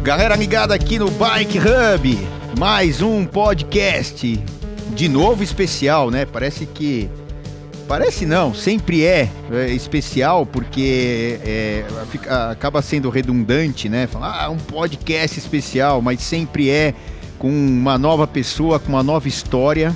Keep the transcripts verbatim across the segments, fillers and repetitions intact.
Galera ligada aqui no Bike Hub, mais um podcast, de novo especial, né? Parece que... Parece não, sempre é, é especial, porque é, fica, acaba sendo redundante, né? Falar, ah, um podcast especial, mas sempre é com uma nova pessoa, com uma nova história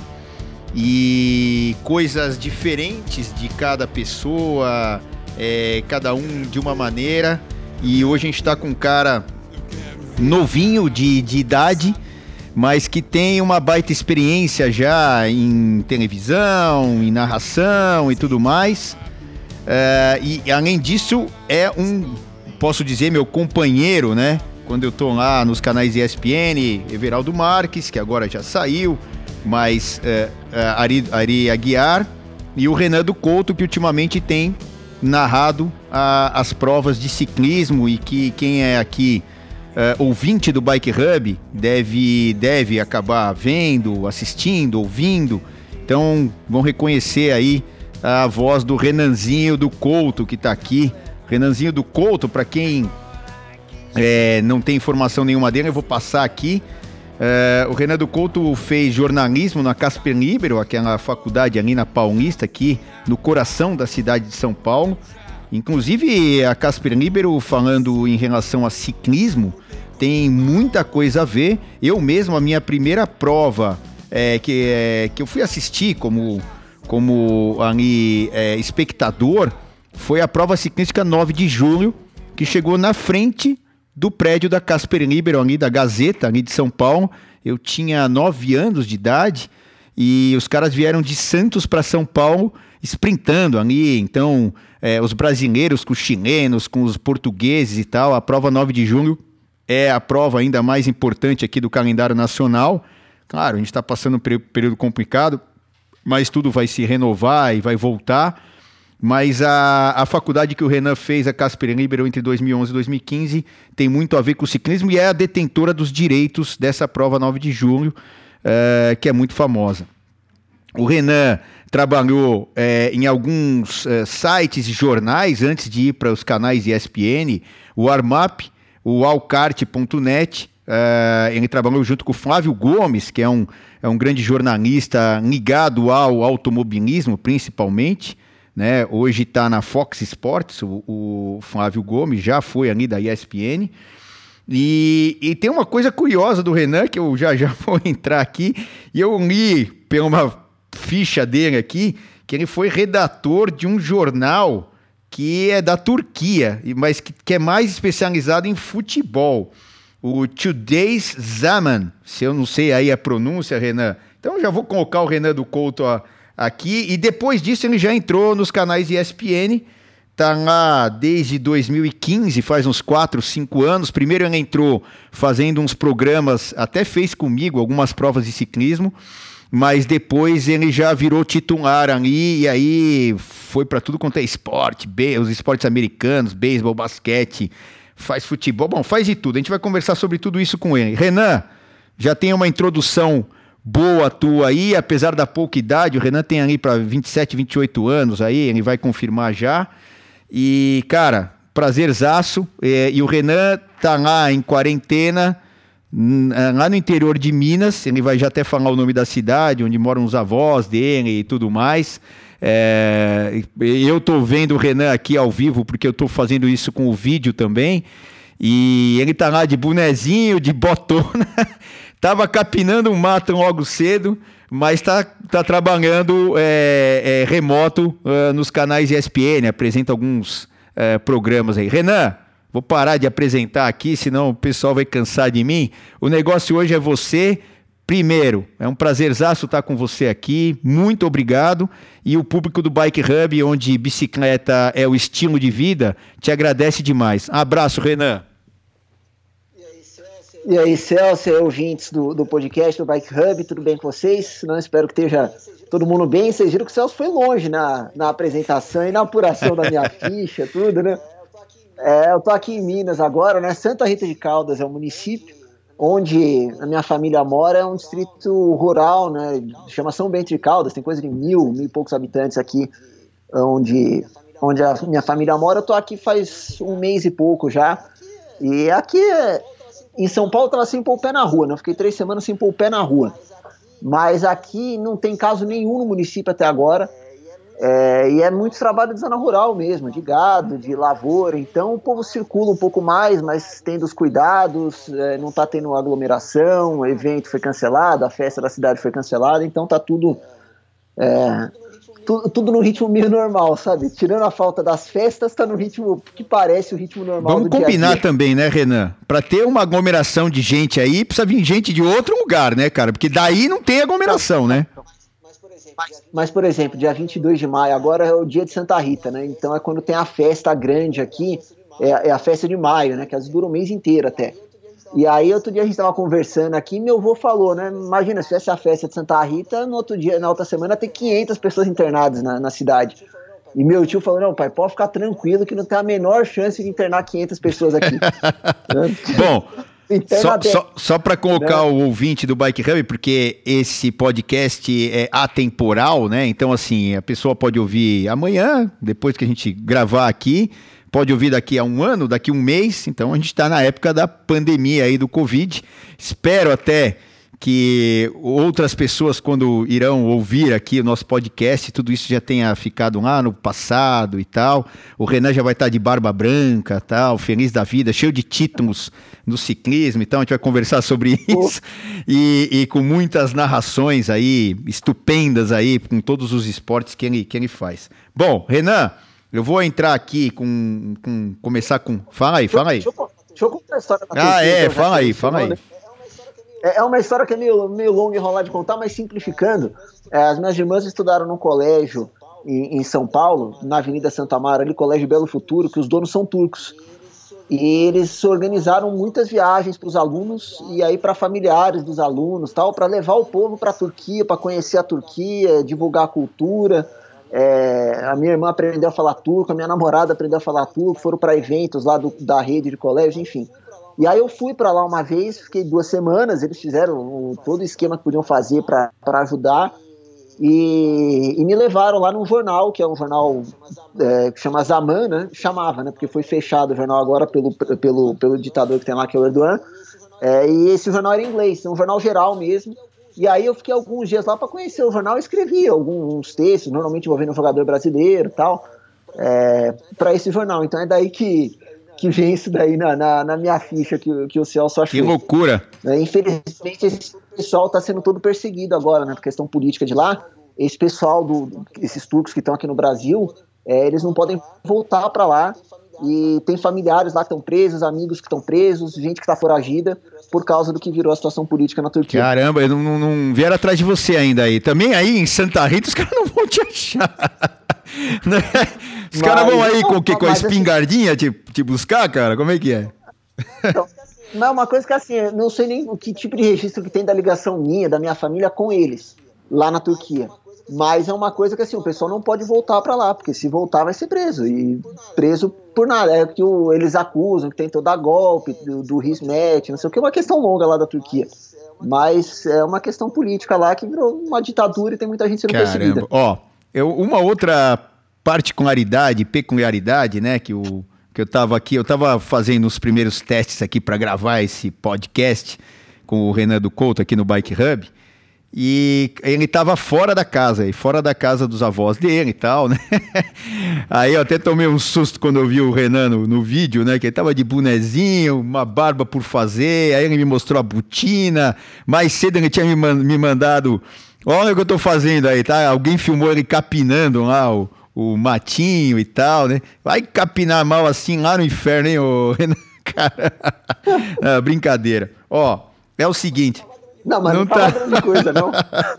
e coisas diferentes de cada pessoa, é, cada um de uma maneira. E hoje a gente está com um cara novinho de, de idade, mas que tem uma baita experiência já em televisão, em narração e tudo mais. É, e além disso, é um, posso dizer, meu companheiro, né? Quando eu tô lá nos canais E S P N, Everaldo Marques, que agora já saiu, mas é, é, Ari, Ari Aguiar, e o Renan do Couto, que ultimamente tem narrado a, as provas de ciclismo, e que quem é aqui uh, ouvinte do Bike Hub deve, deve acabar vendo, assistindo, ouvindo. Então vão reconhecer aí a voz do Renanzinho do Couto, que está aqui. Renanzinho do Couto, para quem é, não tem informação nenhuma dele, eu vou passar aqui. Uh, o Renan do Couto fez jornalismo na Casper Libero, aquela faculdade ali na Paulista, aqui no coração da cidade de São Paulo. Inclusive a Casper Libero, falando em relação a ciclismo, tem muita coisa a ver. Eu mesmo, a minha primeira prova é, que, é, que eu fui assistir como, como ali, é, espectador, foi a prova ciclística nove de julho, que chegou na frente do prédio da Casper Libero, ali da Gazeta, ali de São Paulo. Eu tinha nove anos de idade e os caras vieram de Santos para São Paulo sprintando ali. Então, é, os brasileiros com os chilenos, com os portugueses e tal. A prova nove de julho é a prova ainda mais importante aqui do calendário nacional. Claro, a gente está passando um período complicado, mas tudo vai se renovar e vai voltar. Mas a, a faculdade que o Renan fez, a Casper Libero, entre dois mil e onze e dois mil e quinze, tem muito a ver com o ciclismo e é a detentora dos direitos dessa prova nove de julho, uh, que é muito famosa. O Renan trabalhou uh, em alguns uh, sites e jornais antes de ir para os canais E S P N, o Armap, o alcart ponto net. Uh, ele trabalhou junto com o Flávio Gomes, que é um, é um grande jornalista ligado ao automobilismo, principalmente. Né? Hoje está na Fox Sports, o, o Flávio Gomes já foi ali da E S P N. E, e tem uma coisa curiosa do Renan, que eu já, já vou entrar aqui, e eu li pela uma ficha dele aqui, que ele foi redator de um jornal que é da Turquia, mas que, que é mais especializado em futebol, o Today's Zaman, se eu não sei aí a pronúncia, Renan. Então eu já vou colocar o Renan do Couto a aqui, e depois disso ele já entrou nos canais E S P N, tá lá desde dois mil e quinze, faz uns quatro, cinco anos. Primeiro ele entrou fazendo uns programas, até fez comigo algumas provas de ciclismo, mas depois ele já virou titular ali, e aí foi para tudo quanto é esporte, os esportes americanos, beisebol, basquete, faz futebol, bom, faz de tudo. A gente vai conversar sobre tudo isso com ele. Renan, já tem uma introdução boa tua aí, apesar da pouca idade. O Renan tem ali para vinte e sete, vinte e oito anos aí, ele vai confirmar já. E, cara, prazerzaço. É, e o Renan tá lá em quarentena, lá no interior de Minas. Ele vai já até falar o nome da cidade, onde moram os avós dele e tudo mais. É, eu tô vendo o Renan aqui ao vivo, porque eu tô fazendo isso com o vídeo também. E ele tá lá de bonezinho, de botona. Tava capinando um mato logo cedo, mas tá, tá trabalhando é, é, remoto uh, nos canais E S P N, apresenta alguns uh, programas aí. Renan, vou parar de apresentar aqui, senão o pessoal vai cansar de mim. O negócio hoje é você. Primeiro, é um prazerzaço estar com você aqui, muito obrigado. E o público do Bike Hub, onde bicicleta é o estilo de vida, te agradece demais. Abraço, Renan. E aí, Celso, ouvintes do, do podcast do Bike Hub, tudo bem com vocês? Não, espero que esteja todo mundo bem. Vocês viram que o Celso foi longe na, na apresentação e na apuração da minha ficha, tudo, né? É, eu tô aqui em Minas agora, né? Santa Rita de Caldas é um município onde a minha família mora, é um distrito rural, né? Chama São Bento de Caldas, tem coisa de mil, mil e poucos habitantes aqui, onde, onde a minha família mora. Eu tô aqui faz um mês e pouco já. E aqui é em São Paulo eu tava sem pôr o pé na rua, né? Eu fiquei três semanas sem pôr o pé na rua. Mas aqui não tem caso nenhum no município até agora. É, e é muito trabalho de zona rural mesmo, de gado, de lavoura. Então o povo circula um pouco mais, mas tendo os cuidados, é, não está tendo aglomeração, o evento foi cancelado, a festa da cidade foi cancelada, então tá tudo, é, tu, tudo no ritmo meio normal, sabe? Tirando a falta das festas, tá no ritmo que parece o ritmo normal. Vamos do combinar dia a dia. também, né, Renan? Para ter uma aglomeração de gente aí, precisa vir gente de outro lugar, né, cara? Porque daí não tem aglomeração, né? Mas, mas, por exemplo, dia vinte e dois de maio, agora é o dia de Santa Rita, né? Então é quando tem a festa grande aqui, é, é a festa de maio, né? Que às vezes dura um mês inteiro até. E aí, outro dia a gente estava conversando aqui, meu avô falou, né? Imagina, se tivesse a festa de Santa Rita, no outro dia, na outra semana, tem quinhentas pessoas internadas na, na cidade. E meu tio falou, não, pai, pode ficar tranquilo que não tem a menor chance de internar quinhentas pessoas aqui. Bom... Só, só, só, só para colocar né? O ouvinte do Bike Hub, porque esse podcast é atemporal, né? Então, assim, a pessoa pode ouvir amanhã, depois que a gente gravar aqui, pode ouvir daqui a um ano, daqui a um mês. Então, a gente está na época da pandemia aí do Covid. Espero até que outras pessoas, quando irão ouvir aqui o nosso podcast, tudo isso já tenha ficado lá no passado e tal. O Renan já vai estar de barba branca, tal, feliz da vida, cheio de títulos no ciclismo. Então a gente vai conversar sobre isso e, e com muitas narrações aí, estupendas aí, com todos os esportes que ele, que ele faz. Bom, Renan, eu vou entrar aqui com, com começar com... Fala aí, fala aí. Deixa eu, deixa eu contar a história da Ah, Turquia, é, então, fala aí, você fala falou, aí. né? É uma história que é meio, meio longa e enrolar de contar, mas simplificando, é, as minhas irmãs estudaram num colégio em, em São Paulo, na Avenida Santa Amaro, ali, Colégio Belo Futuro, que os donos são turcos. E eles organizaram muitas viagens para os alunos e aí para familiares dos alunos, tal, para levar o povo para a Turquia, para conhecer a Turquia, divulgar a cultura. É, a minha irmã aprendeu a falar turco, a minha namorada aprendeu a falar turco, foram para eventos lá do, da rede de colégio, enfim. E aí eu fui para lá uma vez, fiquei duas semanas, eles fizeram o, todo o esquema que podiam fazer para ajudar e, e me levaram lá num jornal, que é um jornal é, que chama Zaman, né? Chamava, né? Porque foi fechado o jornal agora pelo, pelo, pelo ditador que tem lá, que é o Erdogan, é, e esse jornal era em inglês, é um jornal geral mesmo. E aí eu fiquei alguns dias lá para conhecer o jornal e escrevi alguns textos, normalmente envolvendo um jogador brasileiro e tal, é, para esse jornal. Então é daí que... que vem isso daí na, na, na minha ficha que, que o Celso achou. Que loucura! É, infelizmente, esse pessoal está sendo todo perseguido agora, né, por questão política de lá. Esse pessoal, do, esses turcos que estão aqui no Brasil, é, eles não podem voltar para lá. E tem familiares lá que estão presos, amigos que estão presos, gente que está foragida por causa do que virou a situação política na Turquia. Caramba, não, não, não vieram atrás de você ainda aí. Também aí em Santa Rita os caras não vão te achar. Né? Os caras vão aí com o quê? Com a espingardinha assim, te, te buscar, cara? Como é que é? Então, não é uma coisa que assim, eu não sei nem o que tipo de registro que tem da ligação minha, da minha família com eles, lá na Turquia. Mas é uma coisa que assim, o pessoal não pode voltar para lá, porque se voltar vai ser preso. E preso por nada. É que o, eles acusam que tentou dar golpe, do, do Hizmet, não sei o que, é uma questão longa lá da Turquia. Mas é uma questão política lá que virou uma ditadura e tem muita gente sendo Caramba. perseguida. Ó, eu, uma outra particularidade, peculiaridade, né, que, o, que eu tava aqui, eu tava fazendo os primeiros testes aqui para gravar esse podcast com o Renan do Couto aqui no Bike Hub, e ele tava fora da casa, e fora da casa dos avós dele e tal, né? Aí eu até tomei um susto quando eu vi o Renan no, no vídeo, né? Que ele tava de bonezinho, uma barba por fazer, aí ele me mostrou a botina, mais cedo ele tinha me, man- me mandado, olha o que eu tô fazendo aí, tá? Alguém filmou ele capinando lá o, o matinho e tal, né? Vai capinar mal assim lá no inferno, hein, ô Renan? Cara, ah, brincadeira. Ó, é o seguinte... Não, mas não, não tá grande coisa, não.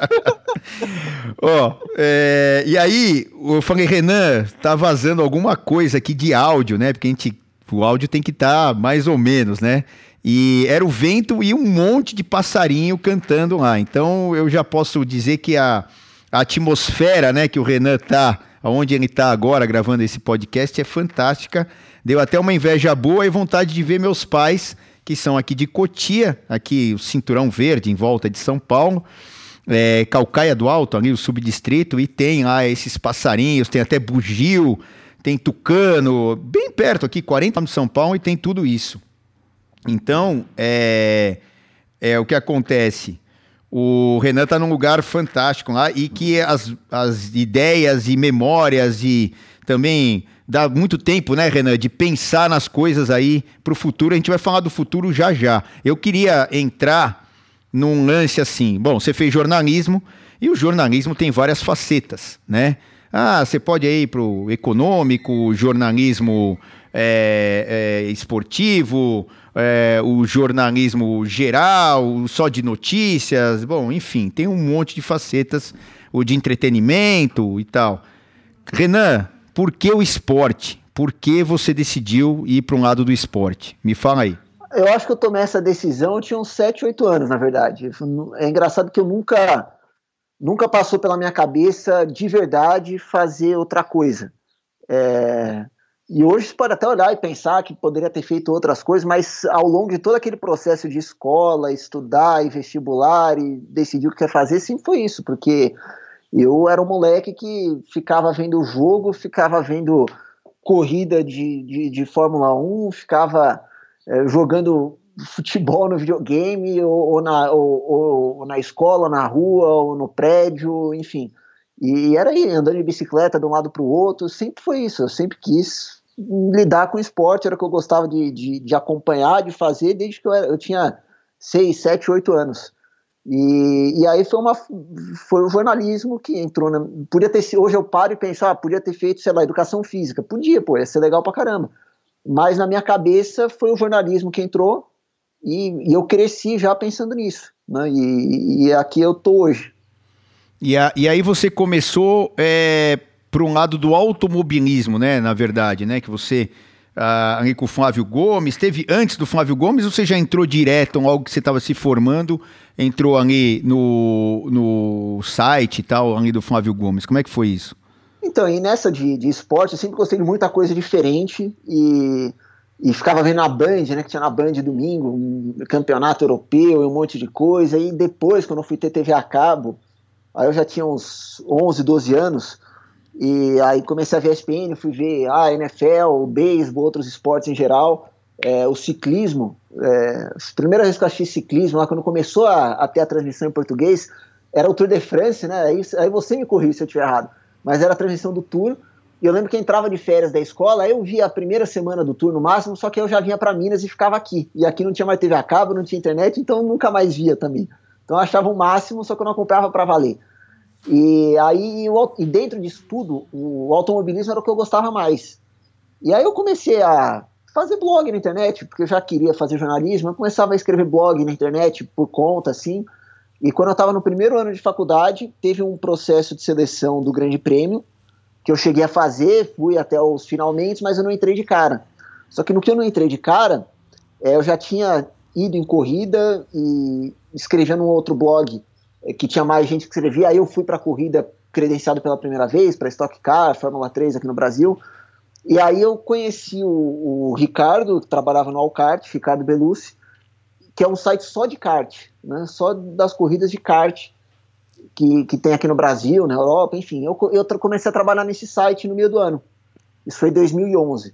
Ó, é, e aí, eu falei, Renan, tá vazando alguma coisa aqui de áudio, né? Porque a gente, o áudio tem que estar tá mais ou menos, né? E era o vento e um monte de passarinho cantando lá. Então, eu já posso dizer que a, a atmosfera, né, que o Renan tá, onde ele tá agora gravando esse podcast, é fantástica. Deu até uma inveja boa e vontade de ver meus pais, que são aqui de Cotia, aqui o Cinturão Verde, em volta de São Paulo, é, Calcaia do Alto, ali o subdistrito, e tem lá esses passarinhos, tem até bugio, tem tucano, bem perto aqui, quarenta quilômetros de São Paulo, e tem tudo isso. Então, é, é o que acontece. O Renan está num lugar fantástico lá e que as, as ideias e memórias e também dá muito tempo, né, Renan, de pensar nas coisas aí para o futuro. A gente vai falar do futuro já já. Eu queria entrar num lance assim. Bom, você fez jornalismo e o jornalismo tem várias facetas, né? Ah, você pode ir para o econômico, jornalismo é, é, esportivo, é, o jornalismo geral, só de notícias, bom, enfim, tem um monte de facetas, o de entretenimento e tal. Renan, por que o esporte? Por que você decidiu ir para um lado do esporte? Me fala aí. Eu acho que eu tomei essa decisão, eu tinha uns sete, oito anos, na verdade. É engraçado que eu nunca, nunca passou pela minha cabeça, de verdade, fazer outra coisa. É... E hoje você pode até olhar e pensar que poderia ter feito outras coisas, mas ao longo de todo aquele processo de escola, estudar e vestibular e decidir o que quer fazer, sempre foi isso, porque eu era um moleque que ficava vendo jogo, ficava vendo corrida de, de, de Fórmula um, ficava é, jogando futebol no videogame, ou, ou, na, ou, ou na escola, na rua, ou no prédio, enfim. E, e era aí, andando de bicicleta de um lado para o outro, sempre foi isso, eu sempre quis lidar com o esporte, era o que eu gostava de, de, de acompanhar, de fazer, desde que eu, era, eu tinha seis, sete, oito anos. E, e aí foi, uma, foi o jornalismo que entrou na, podia ter, hoje eu paro e penso, ah, podia ter feito, sei lá, educação física, podia, pô, ia ser legal pra caramba, mas na minha cabeça foi o jornalismo que entrou e, e eu cresci já pensando nisso, né, e, e aqui eu tô hoje. E, a, e aí você começou é, por um lado do automobilismo, né, na verdade, né, que você uh, ali com o Flávio Gomes, teve antes do Flávio Gomes ou você já entrou direto, logo que você estava se formando, entrou ali no, no site e tal, ali do Flávio Gomes, como é que foi isso? Então, e nessa de, de esporte, eu sempre gostei de muita coisa diferente e, e ficava vendo na Band, né, que tinha na Band domingo, um campeonato europeu e um monte de coisa, e depois, quando eu fui ter T V a cabo, aí eu já tinha uns onze, doze anos, e aí comecei a ver a E S P N, fui ver a ah, N F L, o beisebol, outros esportes em geral, é, o ciclismo, é, a primeira vez que eu assisti ciclismo, lá quando começou a, a ter a transmissão em português, era o Tour de France, né, aí, aí você me corrige se eu estiver errado, mas era a transmissão do Tour, e eu lembro que eu entrava de férias da escola, aí eu via a primeira semana do Tour no máximo, só que eu já vinha para Minas e ficava aqui, e aqui não tinha mais T V a cabo, não tinha internet, então eu nunca mais via também, então eu achava o máximo, só que eu não acompanhava para valer. E aí, e dentro disso tudo, o automobilismo era o que eu gostava mais. E aí eu comecei a fazer blog na internet, porque eu já queria fazer jornalismo, eu começava a escrever blog na internet por conta, assim, e quando eu estava no primeiro ano de faculdade, teve um processo de seleção do Grande Prêmio, que eu cheguei a fazer, fui até os finalmente, mas eu não entrei de cara. Só que no que eu não entrei de cara, é, eu já tinha ido em corrida e escrevia num outro blog, que tinha mais gente que escrevia, aí eu fui para a corrida credenciado pela primeira vez, para Stock Car, Fórmula três aqui no Brasil, e aí eu conheci o, o Ricardo, que trabalhava no Alkart, Ricardo Belucci, que é um site só de kart, né, só das corridas de kart que, que tem aqui no Brasil, na Europa, enfim, eu, eu comecei a trabalhar nesse site no meio do ano, isso foi em dois mil e onze,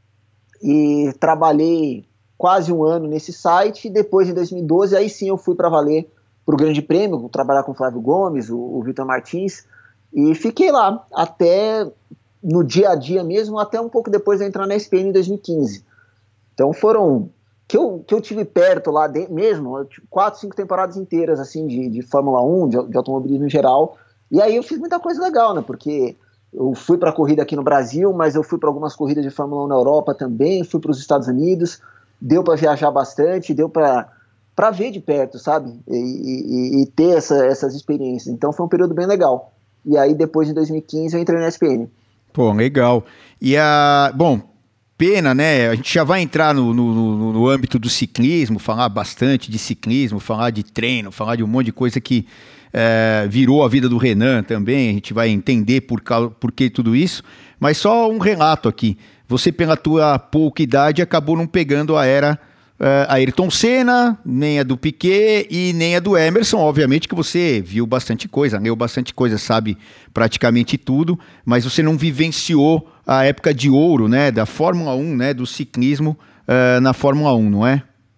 e trabalhei quase um ano nesse site, e depois em dois mil e doze, aí sim eu fui para valer para o Grande Prêmio, trabalhar com o Flávio Gomes, o, o Vitor Martins, e fiquei lá até no dia a dia mesmo, até um pouco depois de eu entrar na E S P N em dois mil e quinze. Então foram, que eu, que eu tive perto lá de, mesmo, quatro, cinco temporadas inteiras assim, de, de Fórmula um, de, de automobilismo em geral, e aí eu fiz muita coisa legal, né, porque eu fui para a corrida aqui no Brasil, mas eu fui para algumas corridas de Fórmula um na Europa também, fui para os Estados Unidos, deu para viajar bastante, deu para para ver de perto, sabe, e, e, e ter essa, essas experiências, então foi um período bem legal, e aí depois de dois mil e quinze eu entrei na E S P N. Pô, legal, e a, bom, pena, né, a gente já vai entrar no, no, no, no âmbito do ciclismo, falar bastante de ciclismo, falar de treino, falar de um monte de coisa que é, virou a vida do Renan também, a gente vai entender por, por que tudo isso, mas só um relato aqui, você pela tua pouca idade acabou não pegando a era Uh, a Ayrton Senna, nem a do Piquet e nem a do Emerson, obviamente que você viu bastante coisa, leu bastante coisa, sabe praticamente tudo, mas você não vivenciou a época de ouro, né, da Fórmula um, né, do ciclismo uh, na Fórmula um, não é?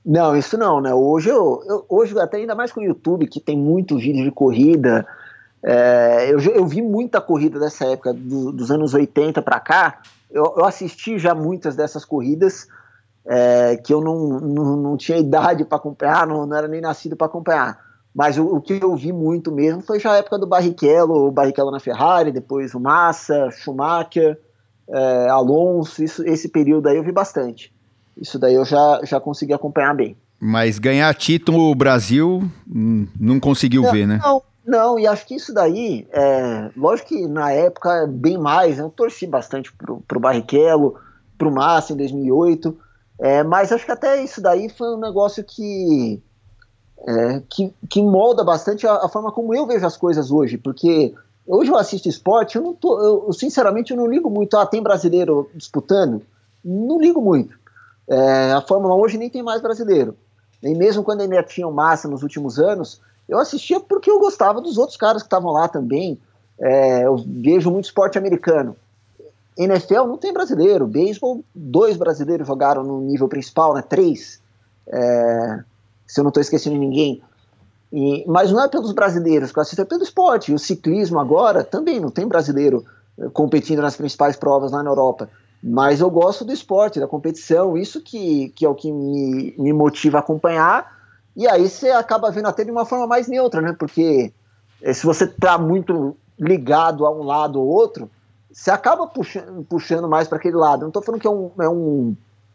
Não, isso não, né? Hoje, eu, eu, hoje até ainda mais com o YouTube, que tem muito vídeo de corrida, é, eu, eu vi muita corrida dessa época, do, dos anos oitenta para cá, eu, eu assisti já muitas dessas corridas, é, que eu não, não, não tinha idade para acompanhar, não, não era nem nascido para acompanhar, mas o, o que eu vi muito mesmo foi já a época do Barrichello, o Barrichello na Ferrari, depois o Massa, Schumacher, é, Alonso, isso, esse período aí eu vi bastante. Isso daí eu já, já consegui acompanhar bem. Mas ganhar título o Brasil hum, não conseguiu não, ver, né? Não, não, e acho que isso daí, é, lógico que na época bem mais, eu torci bastante pro, pro Barrichello, pro Massa em dois mil e oito, é, mas acho que até isso daí foi um negócio que, é, que, que molda bastante a, a forma como eu vejo as coisas hoje, porque hoje eu assisto esporte, eu, não tô, eu sinceramente eu não ligo muito, ah, tem brasileiro disputando? Não ligo muito. É, a Fórmula um hoje nem tem mais brasileiro. E mesmo quando ainda tinha o Massa nos últimos anos, eu assistia porque eu gostava dos outros caras que estavam lá também. É, eu vejo muito esporte americano. N F L não tem brasileiro. Beisebol, dois brasileiros jogaram no nível principal, né? Três. É, se eu não estou esquecendo de ninguém. E, mas não é pelos brasileiros que eu assisto, é pelo esporte. O ciclismo agora também não tem brasileiro competindo nas principais provas lá na Europa. Mas eu gosto do esporte, da competição, isso que, que é o que me, me motiva a acompanhar, e aí você acaba vendo até de uma forma mais neutra, né? Porque se você está muito ligado a um lado ou outro, você acaba puxando, puxando mais para aquele lado. Não estou falando que é um, é, um,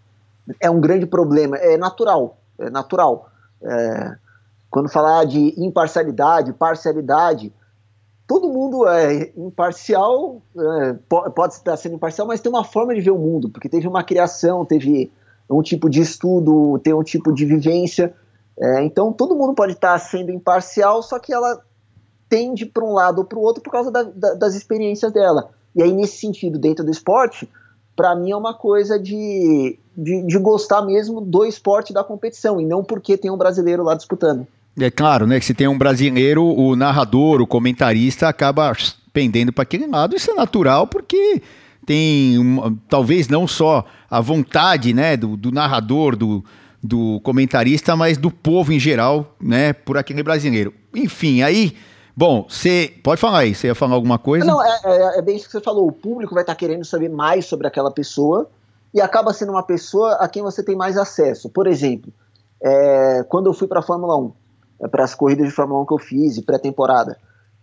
é um grande problema, é natural, é natural. É, quando falar de imparcialidade, parcialidade, todo mundo é imparcial, é, pode estar sendo imparcial, mas tem uma forma de ver o mundo, porque teve uma criação, teve um tipo de estudo, tem um tipo de vivência, é, então todo mundo pode estar sendo imparcial, só que ela tende para um lado ou para o outro por causa da, da, das experiências dela. E aí, nesse sentido, dentro do esporte, para mim é uma coisa de, de, de gostar mesmo do esporte, da competição, e não porque tem um brasileiro lá disputando. É claro, né, que se tem um brasileiro, o narrador, o comentarista acaba pendendo para aquele lado, isso é natural, porque tem, uma, talvez não só a vontade, né, do, do narrador, do, do comentarista, mas do povo em geral, né, por aquele brasileiro. Enfim, aí, bom, você pode falar aí, você ia falar alguma coisa? Não, é, é, é bem isso que você falou, o público vai estar querendo saber mais sobre aquela pessoa, e acaba sendo uma pessoa a quem você tem mais acesso. Por exemplo, é, quando eu fui para a Fórmula um, para as corridas de Fórmula um que eu fiz, e pré-temporada.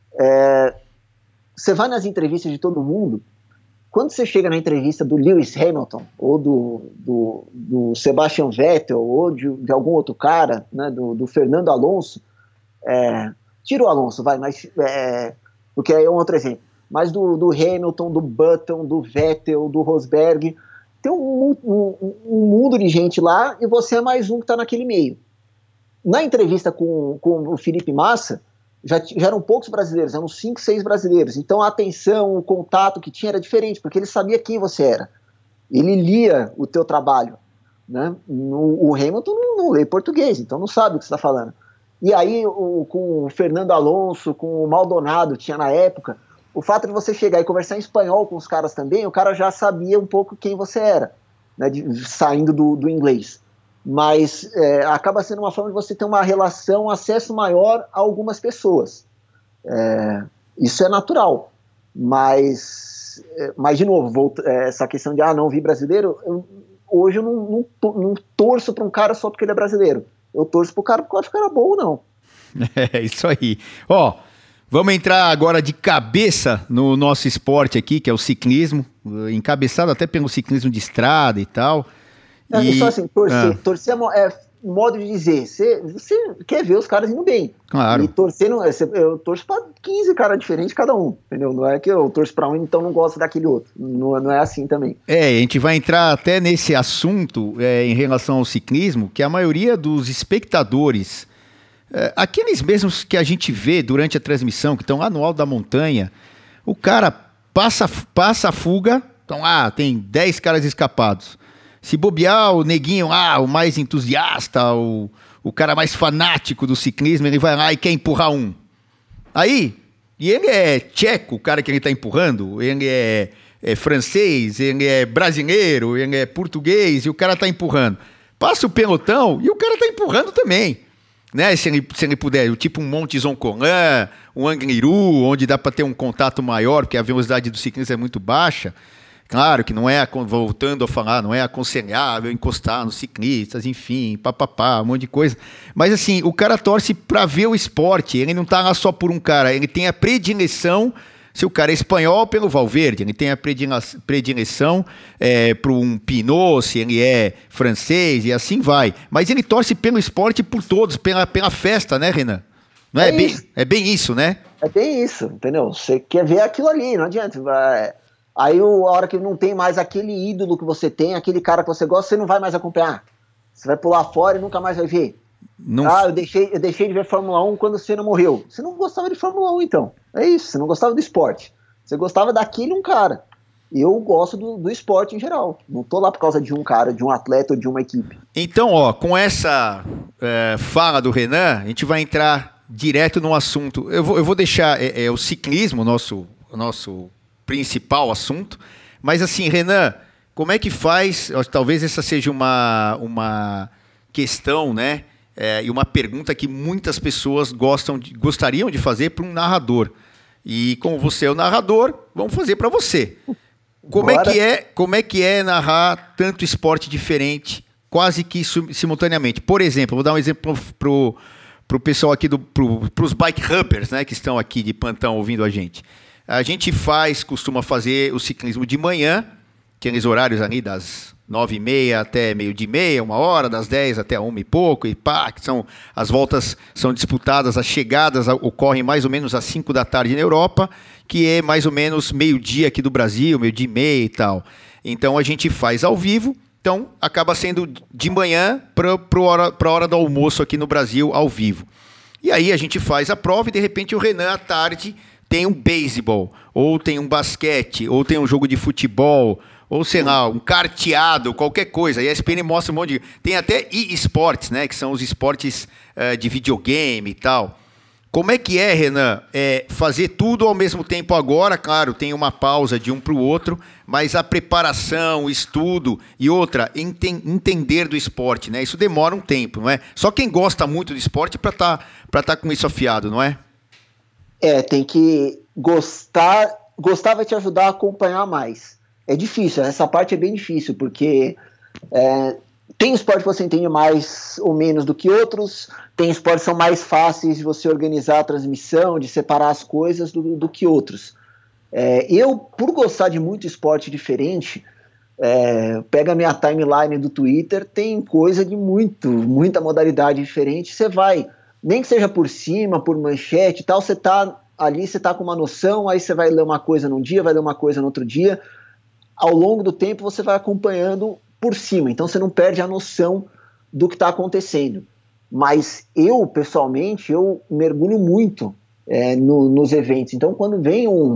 É, você vai nas entrevistas de todo mundo, quando você chega na entrevista do Lewis Hamilton, ou do, do, do Sebastian Vettel, ou de, de algum outro cara, né, do, do Fernando Alonso, é, tira o Alonso, vai, mas, é, porque aí é um outro exemplo, mas do, do Hamilton, do Button, do Vettel, do Rosberg, tem um, um, um mundo de gente lá, e você é mais um que está naquele meio. Na entrevista com, com o Felipe Massa, já, já eram poucos brasileiros, eram cinco, seis brasileiros. Então a atenção, o contato que tinha era diferente, porque ele sabia quem você era. Ele lia o teu trabalho. Né? No, o Hamilton não, não lê português, então não sabe o que você está falando. E aí, o, com o Fernando Alonso, com o Maldonado, tinha na época, o fato de você chegar e conversar em espanhol com os caras também, o cara já sabia um pouco quem você era, né? de, saindo do, do inglês. Mas é, acaba sendo uma forma de você ter uma relação, um acesso maior a algumas pessoas. É, isso é natural. Mas, é, mas de novo, volta, é, essa questão de, ah, não vi brasileiro, eu, hoje eu não, não, não torço para um cara só porque ele é brasileiro. Eu torço para o cara porque eu acho que era bom ou não. É, isso aí. Ó, vamos entrar agora de cabeça no nosso esporte aqui, que é o ciclismo, encabeçado até pelo ciclismo de estrada e tal. É, e só assim, torcer, ah. torcer é modo de dizer, você, você quer ver os caras indo bem. Claro. E torcer, não, eu torço pra quinze caras diferentes cada um, entendeu? Não é que eu torço pra um e então não gosto daquele outro. Não, não é assim também. É, a gente vai entrar até nesse assunto é, em relação ao ciclismo, que a maioria dos espectadores, é, aqueles mesmos que a gente vê durante a transmissão, que estão lá no alto da montanha, o cara passa, passa a fuga, então, ah, tem dez caras escapados. Se bobear, o neguinho, ah, o mais entusiasta, o, o cara mais fanático do ciclismo, ele vai lá e quer empurrar um. Aí, e ele é tcheco, o cara que ele está empurrando, ele é, é francês, ele é brasileiro, ele é português, e o cara está empurrando. passa o pelotão e o cara tá empurrando também. Né? Se ele, se ele puder, tipo um Monte Zoncolan, um Angliru, onde dá para ter um contato maior, porque a velocidade do ciclista é muito baixa. Claro que não é, voltando a falar, não é aconselhável encostar nos ciclistas, enfim, papapá, um monte de coisa. Mas assim, o cara torce para ver o esporte, ele não tá lá só por um cara, ele tem a predileção, se o cara é espanhol, pelo Valverde, ele tem a predileção é, para um Pinot, se ele é francês, e assim vai. Mas ele torce pelo esporte e por todos, pela, pela festa, né, Renan? Não é, é, bem, é bem isso, né? É bem isso, entendeu? Você quer ver aquilo ali, não adianta. Vai... Aí a hora que não tem mais aquele ídolo que você tem, aquele cara que você gosta, você não vai mais acompanhar. Você vai pular fora e nunca mais vai ver. Não... Ah, eu deixei, eu deixei de ver Fórmula um quando o Senna morreu. Você não gostava de Fórmula um, então. É isso, você não gostava do esporte. Você gostava daquele um cara. Eu gosto do, do esporte em geral. Não tô lá por causa de um cara, de um atleta ou de uma equipe. Então, ó, com essa é, fala do Renan, a gente vai entrar direto no assunto. Eu vou, eu vou deixar é, é, o ciclismo, o nosso, o nosso principal assunto. Mas assim, Renan, como é que faz? Talvez essa seja uma, uma questão, né? É, e uma pergunta que muitas pessoas gostam de, gostariam de fazer para um narrador. E como você é o narrador, vamos fazer para você. Como é, que é, como é que é narrar tanto esporte diferente, quase que simultaneamente? Por exemplo, vou dar um exemplo para o pessoal aqui, para os bike hubbers, né, que estão aqui de plantão ouvindo a gente. A gente faz, costuma fazer o ciclismo de manhã, aqueles horários ali das nove e meia até meio-dia e meia, uma hora, das dez até uma e pouco, e pá, que são, as voltas são disputadas, as chegadas ocorrem mais ou menos às cinco da tarde na Europa, que é mais ou menos meio-dia aqui do Brasil, meio-dia e meia e tal. Então a gente faz ao vivo, então acaba sendo de manhã para a hora, hora do almoço aqui no Brasil, ao vivo. E aí a gente faz a prova e de repente o Renan à tarde tem um beisebol, ou tem um basquete, ou tem um jogo de futebol, ou sei lá, um carteado, qualquer coisa. E a E S P N mostra um monte de... Tem até e-sports, né? Que são os esportes uh, de videogame e tal. Como é que é, Renan, é, fazer tudo ao mesmo tempo agora? Claro, tem uma pausa de um para o outro, mas a preparação, o estudo e outra, enten- entender do esporte, né? Isso demora um tempo, não é? Só quem gosta muito do esporte para estar para tá com isso afiado, não é? É, tem que gostar... Gostar vai te ajudar a acompanhar mais. É difícil, essa parte é bem difícil, porque é, tem esporte que você entende mais ou menos do que outros, tem esportes que são mais fáceis de você organizar a transmissão, de separar as coisas do, do que outros. É, eu, por gostar de muito esporte diferente, é, pega a minha timeline do Twitter, tem coisa de muito, muita modalidade diferente, você vai, nem que seja por cima, por manchete e tal, você tá ali, você tá com uma noção, aí você vai ler uma coisa num dia, vai ler uma coisa no outro dia. Ao longo do tempo você vai acompanhando por cima, então você não perde a noção do que está acontecendo. Mas eu, pessoalmente, eu mergulho muito é, no, nos eventos. Então, quando vem um,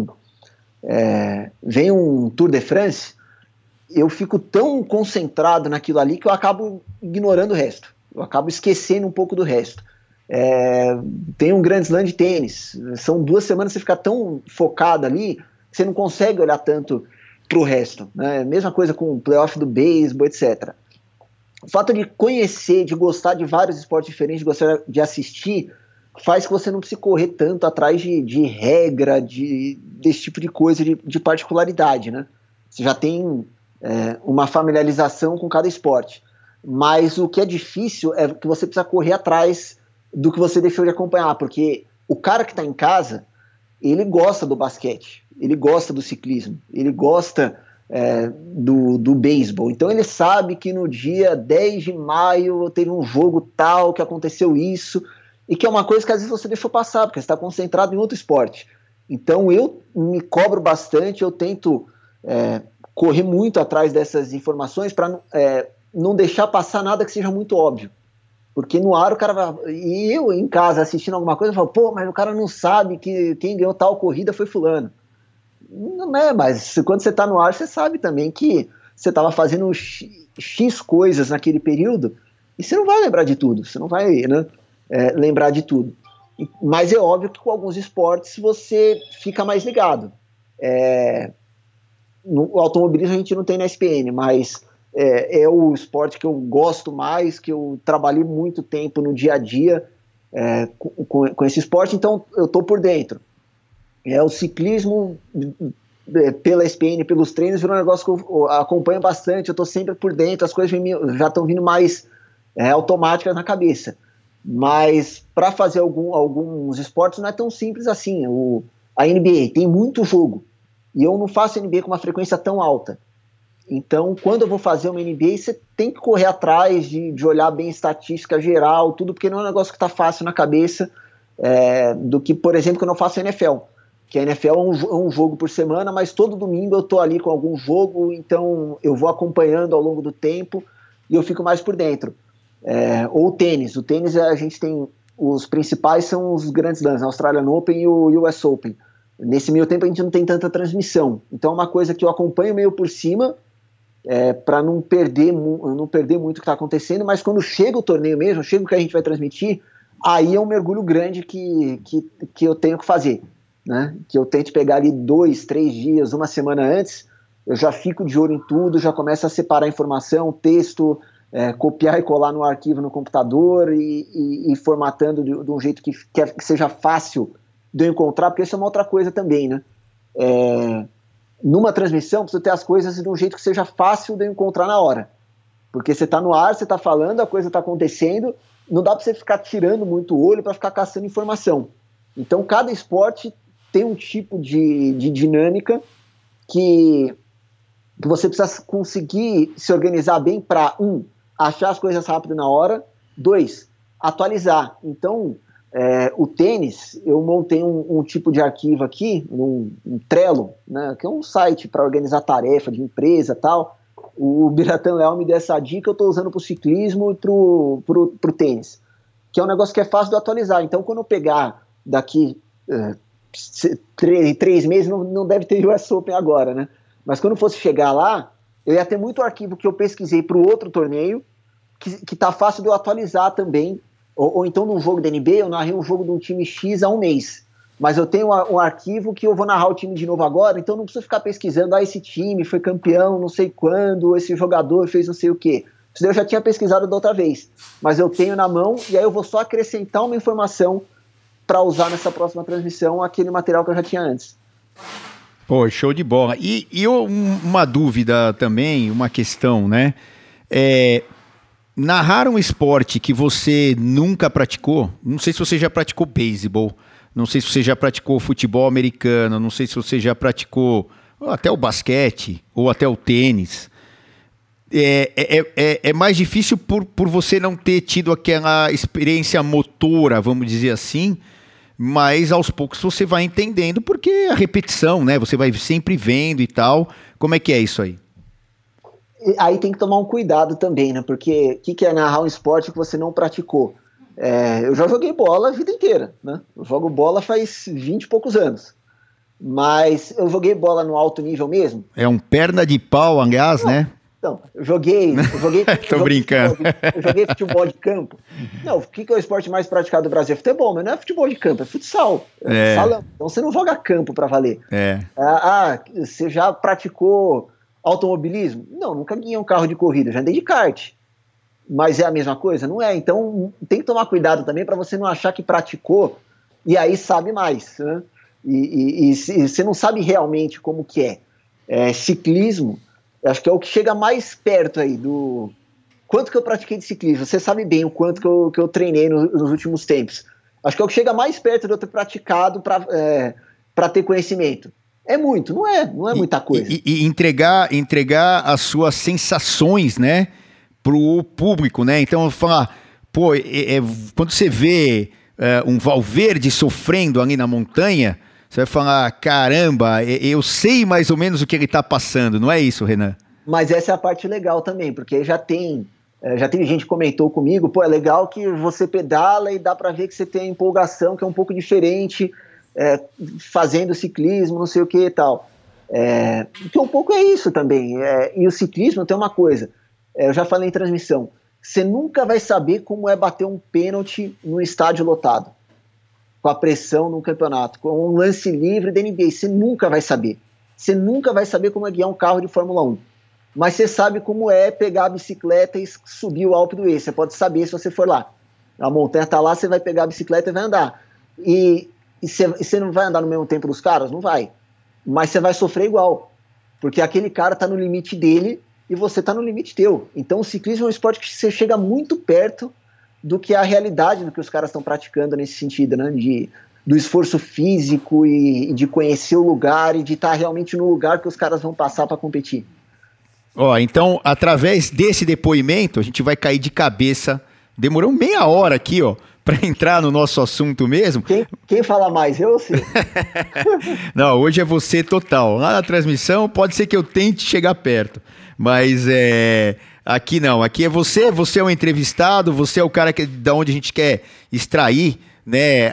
é, vem um Tour de France, eu fico tão concentrado naquilo ali que eu acabo ignorando o resto. Eu acabo esquecendo um pouco do resto. É, tem um Grand Slam de tênis. São duas semanas que você fica tão focado ali que você não consegue olhar tanto para o resto, né? Mesma coisa com o playoff do beisebol, etcétera. O fato de conhecer, de gostar de vários esportes diferentes, de gostar de assistir, faz que você não precise correr tanto atrás de, de regra, de, desse tipo de coisa, de, de particularidade, né? Você já tem é, uma familiarização com cada esporte. Mas o que é difícil é que você precisa correr atrás do que você deixou de acompanhar, porque o cara que está em casa, ele gosta do basquete, ele gosta do ciclismo, ele gosta é, do, do beisebol. Então ele sabe que no dia dez de maio teve um jogo tal, que aconteceu isso, e que é uma coisa que às vezes você deixou passar, porque você está concentrado em outro esporte. Então eu me cobro bastante, eu tento é, correr muito atrás dessas informações para é, não deixar passar nada que seja muito óbvio. Porque no ar o cara vai... E eu em casa assistindo alguma coisa, eu falo, pô, mas o cara não sabe que quem ganhou tal corrida foi fulano. Não é, mas quando você tá no ar, você sabe também que você tava fazendo X, X coisas naquele período e você não vai lembrar de tudo, você não vai, né, é, lembrar de tudo. Mas é óbvio que com alguns esportes você fica mais ligado. É, no automobilismo a gente não tem na E S P N, mas é, é o esporte que eu gosto mais, que eu trabalhei muito tempo no dia a dia é, com, com esse esporte, então eu estou por dentro. É, o ciclismo, é, pela S P N, pelos treinos, virou um negócio que eu acompanho bastante, eu estou sempre por dentro, as coisas já estão vindo mais é, automáticas na cabeça. Mas para fazer algum, alguns esportes não é tão simples assim. O, a N B A tem muito jogo, e eu não faço N B A com uma frequência tão alta. Então, quando eu vou fazer uma N B A, você tem que correr atrás de, de olhar bem estatística geral, tudo, porque não é um negócio que está fácil na cabeça, é, do que, por exemplo, quando eu faço N F L. Que a N F L é um, é um jogo por semana, mas todo domingo eu estou ali com algum jogo, então eu vou acompanhando ao longo do tempo e eu fico mais por dentro. É, ou o tênis. O tênis a gente tem, os principais são os grandes lãs, a Australian Open e o U S Open. Nesse meio tempo a gente não tem tanta transmissão, então é uma coisa que eu acompanho meio por cima, é, para não perder, não perder muito o que está acontecendo, mas quando chega o torneio mesmo, chega o que a gente vai transmitir, aí é um mergulho grande que, que, que eu tenho que fazer, né? Que eu tento pegar ali dois, três dias, uma semana antes, eu já fico de olho em tudo, já começo a separar informação, texto, é, copiar e colar no arquivo no computador e, e, e formatando de, de um jeito que, que, que seja fácil de eu encontrar, porque isso é uma outra coisa também, né? É, numa transmissão, precisa ter as coisas de um jeito que seja fácil de eu encontrar na hora. Porque você está no ar, você está falando, a coisa está acontecendo, não dá para você ficar tirando muito o olho para ficar caçando informação. Então, cada esporte tem um tipo de, de dinâmica que, que você precisa conseguir se organizar bem para, um, achar as coisas rápido na hora, dois, atualizar. Então, é, o tênis, eu montei um, um tipo de arquivo aqui, um, um Trello, né, que é um site para organizar tarefa de empresa e tal. O Biratan Leal me deu essa dica, eu estou usando para o ciclismo e para o tênis, que é um negócio que é fácil de atualizar. Então, quando eu pegar daqui é, três, três meses, não, não deve ter U S Open agora, né? Mas quando fosse chegar lá, eu ia ter muito arquivo que eu pesquisei para o outro torneio, que, que tá fácil de eu atualizar também. Ou, ou então, num jogo da N B A, eu narrei um jogo de um time X há um mês. Mas eu tenho um arquivo que eu vou narrar o time de novo agora, então não preciso ficar pesquisando, ah, esse time foi campeão não sei quando, esse jogador fez não sei o quê. Isso daí eu já tinha pesquisado da outra vez. Mas eu tenho na mão, e aí eu vou só acrescentar uma informação para usar nessa próxima transmissão aquele material que eu já tinha antes. Pô, show de bola. E, e uma dúvida também, uma questão, né? É, narrar um esporte que você nunca praticou, não sei se você já praticou beisebol, não sei se você já praticou futebol americano, não sei se você já praticou até o basquete ou até o tênis. É, é, é, é mais difícil por, por você não ter tido aquela experiência motora, vamos dizer assim, mas aos poucos você vai entendendo, porque é a repetição, né? Você vai sempre vendo e tal. Como é que é isso aí? Aí tem que tomar um cuidado também, né? Porque o que, que é narrar um esporte que você não praticou? É, eu já joguei bola a vida inteira, né? Eu jogo bola faz vinte e poucos anos. Mas eu joguei bola no alto nível mesmo. É um perna de pau, aliás, não, né? Então, eu joguei... Eu joguei Tô eu joguei brincando. Futebol de, eu joguei futebol de campo. Não, o que, que é o esporte mais praticado do Brasil? É futebol, mas não é futebol de campo, é futsal. É, é. Salão. Então você não joga campo pra valer. É. Ah, ah, você já praticou automobilismo? Não, nunca guiei um carro de corrida, já andei de kart. Mas é a mesma coisa? Não é. Então tem que tomar cuidado também para você não achar que praticou e aí sabe mais, né? E, e, e, e você não sabe realmente como que é. É ciclismo, acho que é o que chega mais perto aí do... Quanto que eu pratiquei de ciclismo? Você sabe bem o quanto que eu, que eu treinei no, nos últimos tempos. Acho que é o que chega mais perto de eu ter praticado para é, para ter conhecimento. É muito, não é, não é muita coisa. E, e, e entregar, entregar as suas sensações, né, pro público, né? Então, falar, pô, é, é, quando você vê é, um Valverde sofrendo ali na montanha, você vai falar, caramba, eu sei mais ou menos o que ele está passando, não é isso, Renan? Mas essa é a parte legal também, porque já tem, já teve gente que comentou comigo, pô, é legal que você pedala e dá para ver que você tem a empolgação, que é um pouco diferente, é, fazendo ciclismo, não sei o que e tal. É, que um pouco é isso também, é, e o ciclismo tem uma coisa, é, eu já falei em transmissão, você nunca vai saber como é bater um pênalti num estádio lotado, com a pressão num campeonato, com um lance livre da N B A, você nunca vai saber. Você nunca vai saber como é guiar um carro de Fórmula um. mas você sabe como é pegar a bicicleta e subir o Alpe d'Huez. Você pode saber se você for lá. A montanha está lá, você vai pegar a bicicleta e vai andar. E, e, você, e você não vai andar no mesmo tempo dos caras? Não vai. Mas você vai sofrer igual. Porque aquele cara está no limite dele e você está no limite teu. Então o ciclismo é um esporte que você chega muito perto do que a realidade do que os caras estão praticando nesse sentido, né? De, do esforço físico e, e de conhecer o lugar e de estar tá realmente no lugar que os caras vão passar para competir. Ó, então, através desse depoimento, a gente vai cair de cabeça. Demorou meia hora aqui, ó, para entrar no nosso assunto mesmo. Quem, quem fala mais, eu ou você? Não, hoje é você total. Lá na transmissão pode ser que eu tente chegar perto, mas é... aqui não. Aqui é você, você é o entrevistado, você é o cara que, da onde a gente quer extrair, né,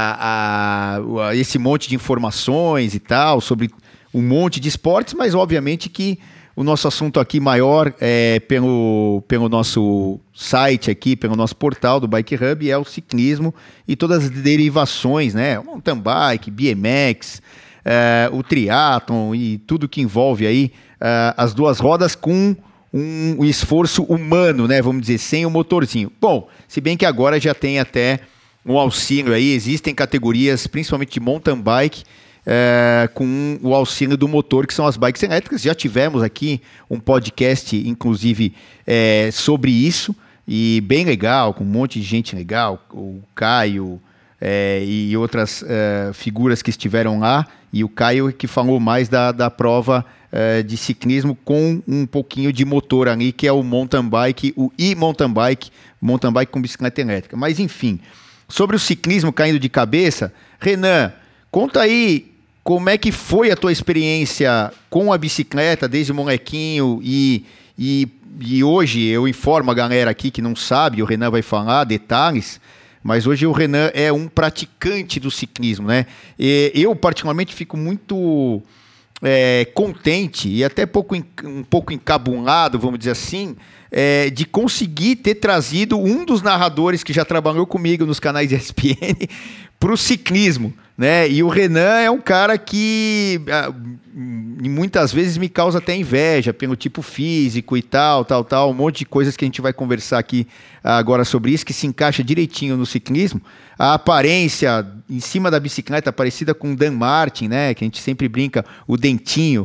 a, a, a esse monte de informações e tal, sobre um monte de esportes, mas obviamente que o nosso assunto aqui maior é pelo, pelo nosso site aqui, pelo nosso portal do Bike Hub, é o ciclismo e todas as derivações, né? Mountain bike, B M X, é, o triatlon e tudo que envolve aí é, as duas rodas com um, um esforço humano, né? Vamos dizer, sem o motorzinho. Bom, se bem que agora já tem até um auxílio aí, existem categorias, principalmente de mountain bike, É, com o auxílio do motor, que são as bikes elétricas. Já tivemos aqui um podcast, inclusive, é, sobre isso, e bem legal, com um monte de gente legal, o Caio é, e outras é, figuras que estiveram lá, e o Caio que falou mais da, da prova é, de ciclismo com um pouquinho de motor ali, que é o mountain bike, o e-mountain bike, mountain bike com bicicleta elétrica. Mas enfim, sobre o ciclismo caindo de cabeça, Renan, conta aí como é que foi a tua experiência com a bicicleta desde molequinho e, e, e hoje eu informo a galera aqui que não sabe, o Renan vai falar detalhes, mas hoje o Renan é um praticante do ciclismo, né? E eu particularmente fico muito é, contente e até pouco, um pouco encabulado, vamos dizer assim, É, de conseguir ter trazido um dos narradores que já trabalhou comigo nos canais de E S P N para o ciclismo, né? E o Renan é um cara que ah, muitas vezes me causa até inveja pelo tipo físico e tal, tal, tal, um monte de coisas que a gente vai conversar aqui agora sobre isso, que se encaixa direitinho no ciclismo. A aparência em cima da bicicleta parecida com o Dan Martin, né? Que a gente sempre brinca, o dentinho.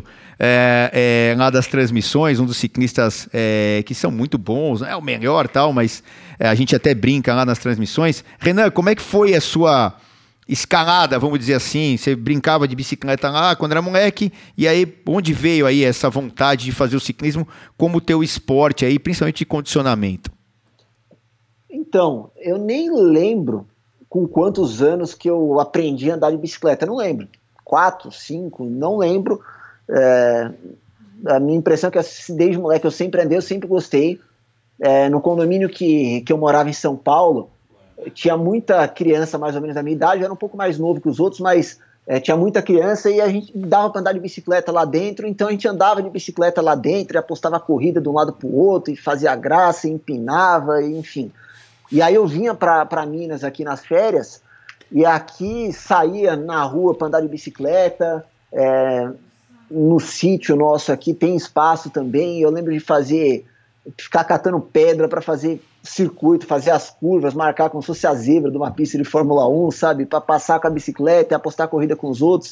É, é, lá das transmissões, um dos ciclistas é, que são muito bons, não é o melhor tal, mas é, a gente até brinca lá nas transmissões. Renan, como é que foi a sua escalada, vamos dizer assim? Você brincava de bicicleta lá quando era moleque, e aí onde veio aí essa vontade de fazer o ciclismo como teu esporte aí, principalmente de condicionamento? Então, eu nem lembro com quantos anos que eu aprendi a andar de bicicleta, não lembro, quatro, cinco, não lembro. É, a minha impressão é que desde moleque eu sempre andei, eu sempre gostei. É, no condomínio que, que eu morava em São Paulo, tinha muita criança mais ou menos da minha idade, eu era um pouco mais novo que os outros, mas é, tinha muita criança e a gente dava para andar de bicicleta lá dentro, então a gente andava de bicicleta lá dentro e apostava a corrida de um lado para o outro e fazia graça, e empinava, e, enfim. E aí eu vinha para Minas aqui nas férias e aqui saía na rua para andar de bicicleta. é, No sítio nosso aqui tem espaço também. Eu lembro de fazer, ficar catando pedra para fazer circuito, fazer as curvas, marcar como se fosse a zebra de uma pista de Fórmula um, sabe? Para passar com a bicicleta e apostar a corrida com os outros.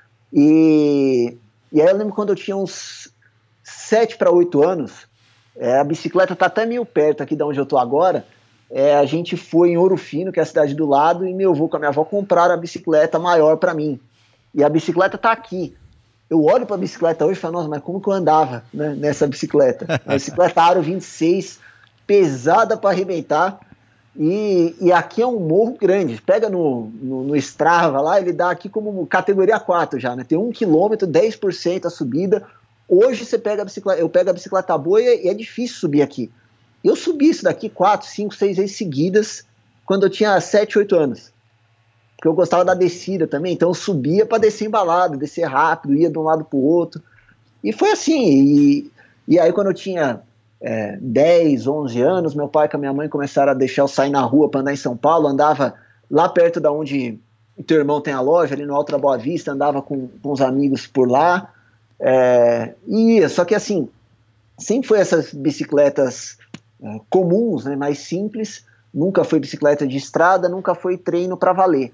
E, e aí eu lembro quando eu tinha uns sete para oito anos, é, a bicicleta tá até meio perto aqui de onde eu tô agora. É, a gente foi em Ouro Fino, que é a cidade do lado, e meu avô com a minha avó compraram a bicicleta maior para mim. E a bicicleta tá aqui. Eu olho para a bicicleta hoje e falo, nossa, mas como que eu andava, né, nessa bicicleta? A bicicleta Aro vinte e seis, pesada para arrebentar, e, e aqui é um morro grande. Pega no, no, no Strava lá, ele dá aqui como categoria quatro já, né? Tem um quilômetro, dez por cento a subida. Hoje você pega a bicicleta, eu pego a bicicleta boa e é difícil subir aqui. Eu subi isso daqui quatro, cinco, seis vezes seguidas quando eu tinha sete, oito anos. Porque eu gostava da descida também, então eu subia para descer embalado, descer rápido, ia de um lado para o outro. E foi assim. E, e aí quando eu tinha é, dez, onze anos, meu pai com a minha mãe começaram a deixar eu sair na rua para andar em São Paulo. Andava lá perto da onde o teu irmão tem a loja, ali no Alto da Boa Vista, andava com, com os amigos por lá. É, e ia, só que assim, sempre foi essas bicicletas é, comuns, né, mais simples, nunca foi bicicleta de estrada, nunca foi treino para valer.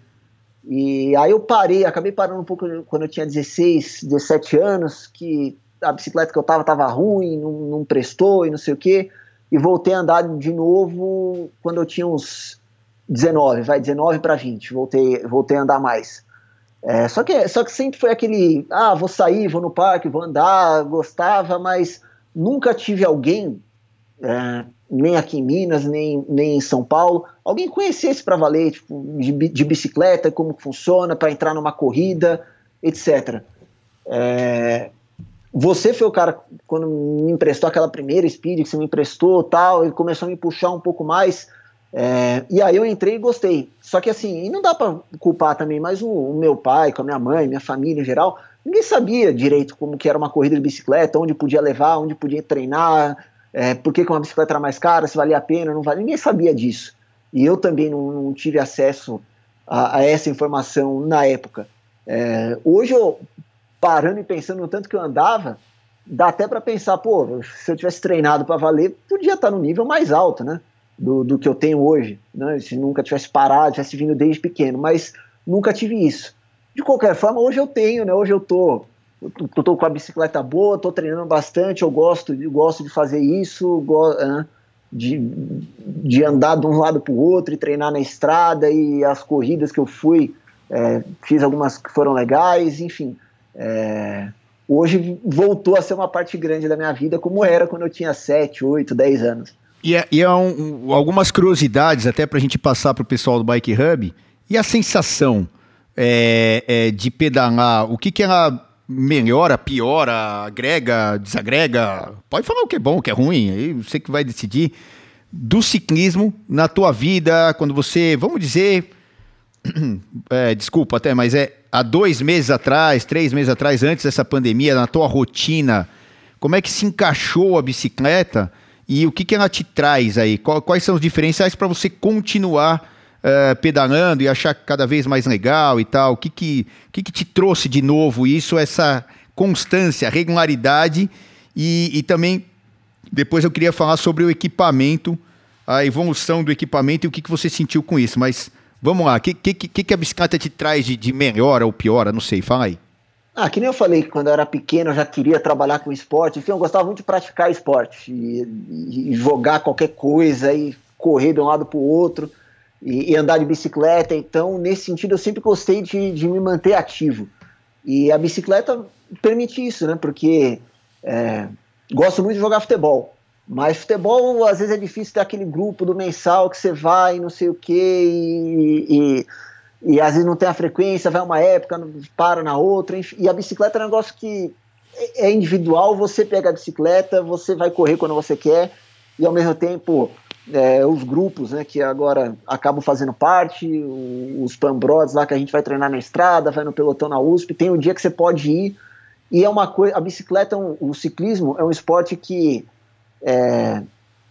E aí eu parei, acabei parando um pouco quando eu tinha dezesseis, dezessete anos, que a bicicleta que eu tava tava ruim, não, não prestou e não sei o quê, e voltei a andar de novo quando eu tinha uns dezenove, vai, dezenove para vinte, voltei, voltei a andar mais. É, só, que, só que sempre foi aquele, ah, vou sair, vou no parque, vou andar, gostava, mas nunca tive alguém, é, nem aqui em Minas, nem, nem em São Paulo, alguém conhecesse para valer, tipo, de, de bicicleta, como funciona, para entrar numa corrida, etcétera. É, você foi o cara, quando me emprestou aquela primeira Speed que você me emprestou, tal, ele começou a me puxar um pouco mais, é, e aí eu entrei e gostei. Só que assim, e não dá para culpar também, mas o, o meu pai, com a minha mãe, minha família em geral, ninguém sabia direito como que era uma corrida de bicicleta, onde podia levar, onde podia treinar, é, por que uma bicicleta era mais cara, se valia a pena, não valia, ninguém sabia disso. E eu também não, não tive acesso a, a essa informação na época. É, hoje eu, parando e pensando no tanto que eu andava, dá até para pensar, pô, se eu tivesse treinado para valer, podia estar no nível mais alto, né, do, do que eu tenho hoje, né, se nunca tivesse parado, tivesse vindo desde pequeno, mas nunca tive isso. De qualquer forma, hoje eu tenho, né, hoje eu tô, eu tô com a bicicleta boa, tô treinando bastante, eu gosto, eu gosto de fazer isso, go, né, de, de andar de um lado para o outro e treinar na estrada, e as corridas que eu fui, é, fiz algumas que foram legais, enfim, é, hoje voltou a ser uma parte grande da minha vida, como era quando eu tinha sete, oito, dez anos. E, é, e é um, um, algumas curiosidades até para a gente passar para o pessoal do Bike Hub, e a sensação é, é, de pedalar, o que, que ela melhora, piora, agrega, desagrega, pode falar o que é bom, o que é ruim, aí você que vai decidir, do ciclismo na tua vida, quando você, vamos dizer, é, desculpa até, mas é há dois meses atrás, três meses atrás, antes dessa pandemia, na tua rotina, como é que se encaixou a bicicleta e o que, que ela te traz aí? Quais são os diferenciais para você continuar uh, pedalando e achar cada vez mais legal e tal? O que, que, que, que te trouxe de novo isso, essa constância, regularidade e, e também, depois eu queria falar sobre o equipamento, a evolução do equipamento e o que, que você sentiu com isso, mas vamos lá, o que, que, que a bicicleta te traz de, de melhora ou piora? Não sei, fala aí. Ah, que nem eu falei, que quando eu era pequeno eu já queria trabalhar com esporte, enfim, eu gostava muito de praticar esporte, e, e jogar qualquer coisa, e correr de um lado para o outro, e, e andar de bicicleta, então nesse sentido eu sempre gostei de, de me manter ativo, e a bicicleta permite isso, né, porque é, gosto muito de jogar futebol, mas futebol às vezes é difícil ter aquele grupo do mensal que você vai, não sei o que, e... e e às vezes não tem a frequência, vai uma época, para na outra, enfim, e a bicicleta é um negócio que é individual, você pega a bicicleta, você vai correr quando você quer, e ao mesmo tempo é, os grupos, né, que agora acabam fazendo parte, os Pambrods lá que a gente vai treinar na estrada, vai no pelotão na U S P, tem um dia que você pode ir, e é uma coisa, a bicicleta, o ciclismo é um esporte que é,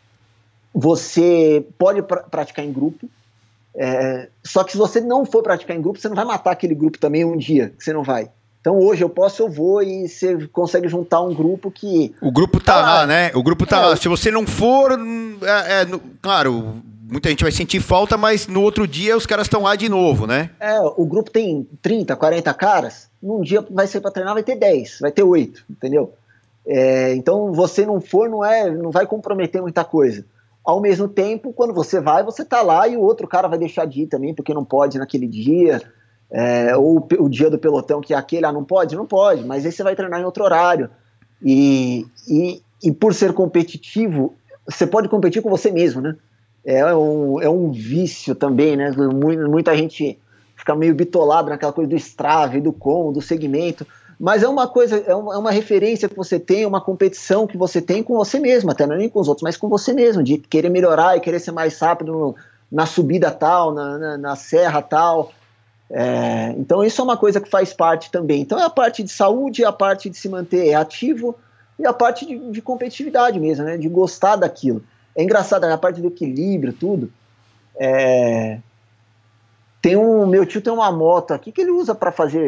você pode pr- praticar em grupo. É, só que se você não for praticar em grupo, você não vai matar aquele grupo também um dia, que você não vai. Então hoje eu posso, eu vou, e você consegue juntar um grupo que... O grupo tá, tá lá, lá, né? O grupo tá é, lá. Se você não for, é, é, no, claro, muita gente vai sentir falta, mas no outro dia os caras estão lá de novo, né? É, o grupo tem trinta, quarenta caras, num dia vai ser para treinar, vai ter dez, vai ter oito, entendeu? É, então você não for, não, é, não vai comprometer muita coisa. Ao mesmo tempo, quando você vai, você tá lá e o outro cara vai deixar de ir também, porque não pode naquele dia, é, ou o dia do pelotão que é aquele, ah, não pode? Não pode, mas aí você vai treinar em outro horário. E, e, e por ser competitivo, você pode competir com você mesmo, né? É um, é um vício também, né? Muita gente fica meio bitolado naquela coisa do Strava, do com, do segmento, mas é uma coisa, é uma, é uma referência que você tem, uma competição que você tem com você mesmo, até não é nem com os outros, mas com você mesmo, de querer melhorar e querer ser mais rápido no, na subida tal, na, na, na serra tal. É, então isso é uma coisa que faz parte também. Então é a parte de saúde, a parte de se manter ativo e a parte de, de competitividade mesmo, né? De gostar daquilo. É engraçado, a parte do equilíbrio, tudo. É, tem um, meu tio tem uma moto aqui que ele usa para fazer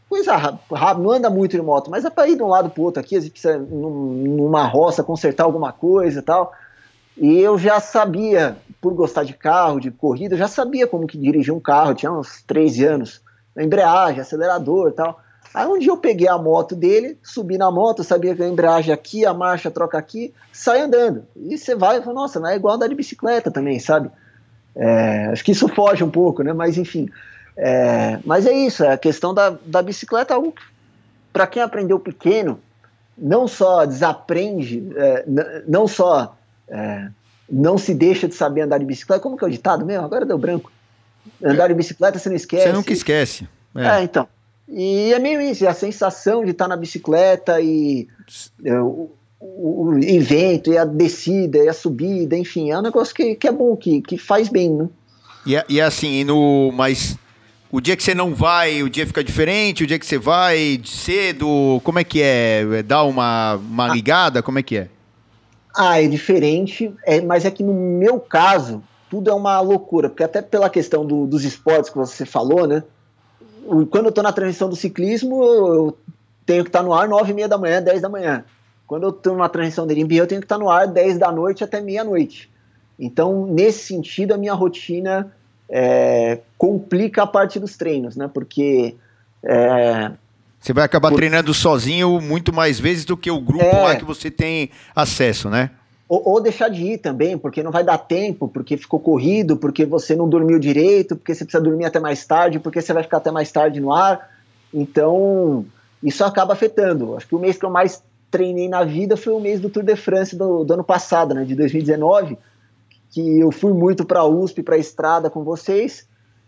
coisa rápida, não anda muito de moto, mas é para ir de um lado para o outro aqui, às vezes precisa numa roça consertar alguma coisa e tal. E eu já sabia, por gostar de carro, de corrida, eu já sabia como que dirigir um carro, eu tinha uns treze anos, embreagem, acelerador e tal. Aí um dia eu peguei a moto dele, subi na moto, sabia que a embreagem aqui, a marcha troca aqui, sai andando. E você vai e fala, nossa, não é igual andar de bicicleta também, sabe? É, acho que isso foge um pouco, né? Mas enfim. É, mas é isso, a questão da, da bicicleta é algo que, para quem aprendeu pequeno, não só desaprende, é, não só é, não se deixa de saber andar de bicicleta, como que é o ditado mesmo? Agora deu branco. Andar de bicicleta você não esquece. Você nunca esquece. É, é então. E é meio isso, a sensação de estar na bicicleta e é, o, o, o evento, e a descida, e a subida, enfim, é um negócio que, que é bom, que, que faz bem, né? E, e assim, no, mas o dia que você não vai, o dia fica diferente, o dia que você vai cedo, como é que é? Dá uma, uma ligada, como é que é? Ah, é diferente, é, mas é que no meu caso, tudo é uma loucura, porque até pela questão do, dos esportes que você falou, né? Quando eu estou na transmissão do ciclismo, eu tenho que estar no ar nove e meia da manhã, dez da manhã. Quando eu estou na transmissão da N B A, eu tenho que estar no ar dez da noite até meia-noite. Então, nesse sentido, a minha rotina é, complica a parte dos treinos, né? Porque... É, você vai acabar por... treinando sozinho muito mais vezes do que o grupo é, lá que você tem acesso, né? Ou, ou deixar de ir também, porque não vai dar tempo, porque ficou corrido, porque você não dormiu direito, porque você precisa dormir até mais tarde, porque você vai ficar até mais tarde no ar. Então, isso acaba afetando. Acho que o mês que eu mais treinei na vida foi o mês do Tour de France do, do ano passado, né, de dois mil e dezenove, que eu fui muito para a U S P, para a estrada com vocês,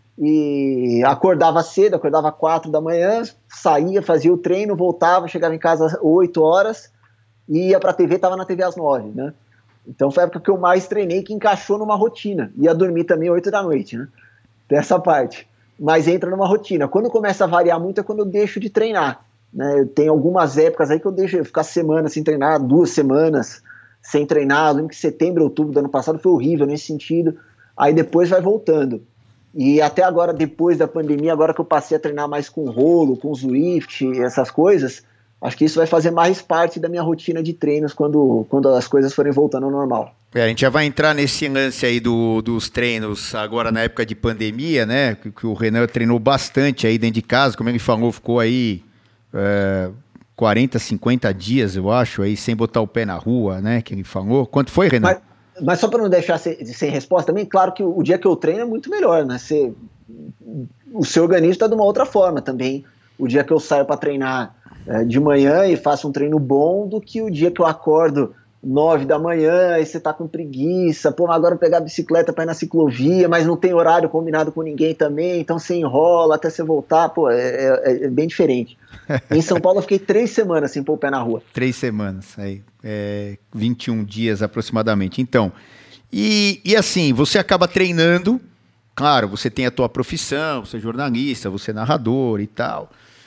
e acordava cedo, acordava quatro da manhã, saía, fazia o treino, voltava, chegava em casa às oito horas, e ia para a T V, estava na T V às nove, né? Então foi a época que eu mais treinei, que encaixou numa rotina. Ia dormir também oito da noite, né? Dessa parte. Mas entra numa rotina. Quando começa a variar muito é quando eu deixo de treinar, né? Tem algumas épocas aí que eu deixo eu ficar semanas sem treinar, duas semanas sem treinar. Eu lembro que setembro, outubro do ano passado foi horrível nesse sentido. Aí depois vai voltando. E até agora, depois da pandemia, agora que eu passei a treinar mais com rolo, com Zwift, essas coisas... Acho que isso vai fazer mais parte da minha rotina de treinos quando, quando as coisas forem voltando ao normal. É, a gente já vai entrar nesse lance aí do, dos treinos agora na época de pandemia, né? Que, que o Renan treinou bastante aí dentro de casa, como ele falou, ficou aí é, quarenta, cinquenta dias, eu acho, aí sem botar o pé na rua, né? Que ele falou. Quanto foi, Renan? Mas, mas só para não deixar sem, sem resposta também, claro que o, o dia que eu treino é muito melhor, né? Você, o seu organismo está de uma outra forma também. O dia que eu saio para treinar de manhã e faço um treino bom do que o dia que eu acordo nove da manhã e você tá com preguiça, pô, agora eu pegar a bicicleta para ir na ciclovia, mas não tem horário combinado com ninguém também, então você enrola até você voltar, pô, é, é, é bem diferente. Em São Paulo eu fiquei três semanas sem pôr o pé na rua. Três semanas, aí, é, vinte e um dias aproximadamente. Então, e, e assim, você acaba treinando, claro, você tem a tua profissão, você é jornalista, você é narrador e tal...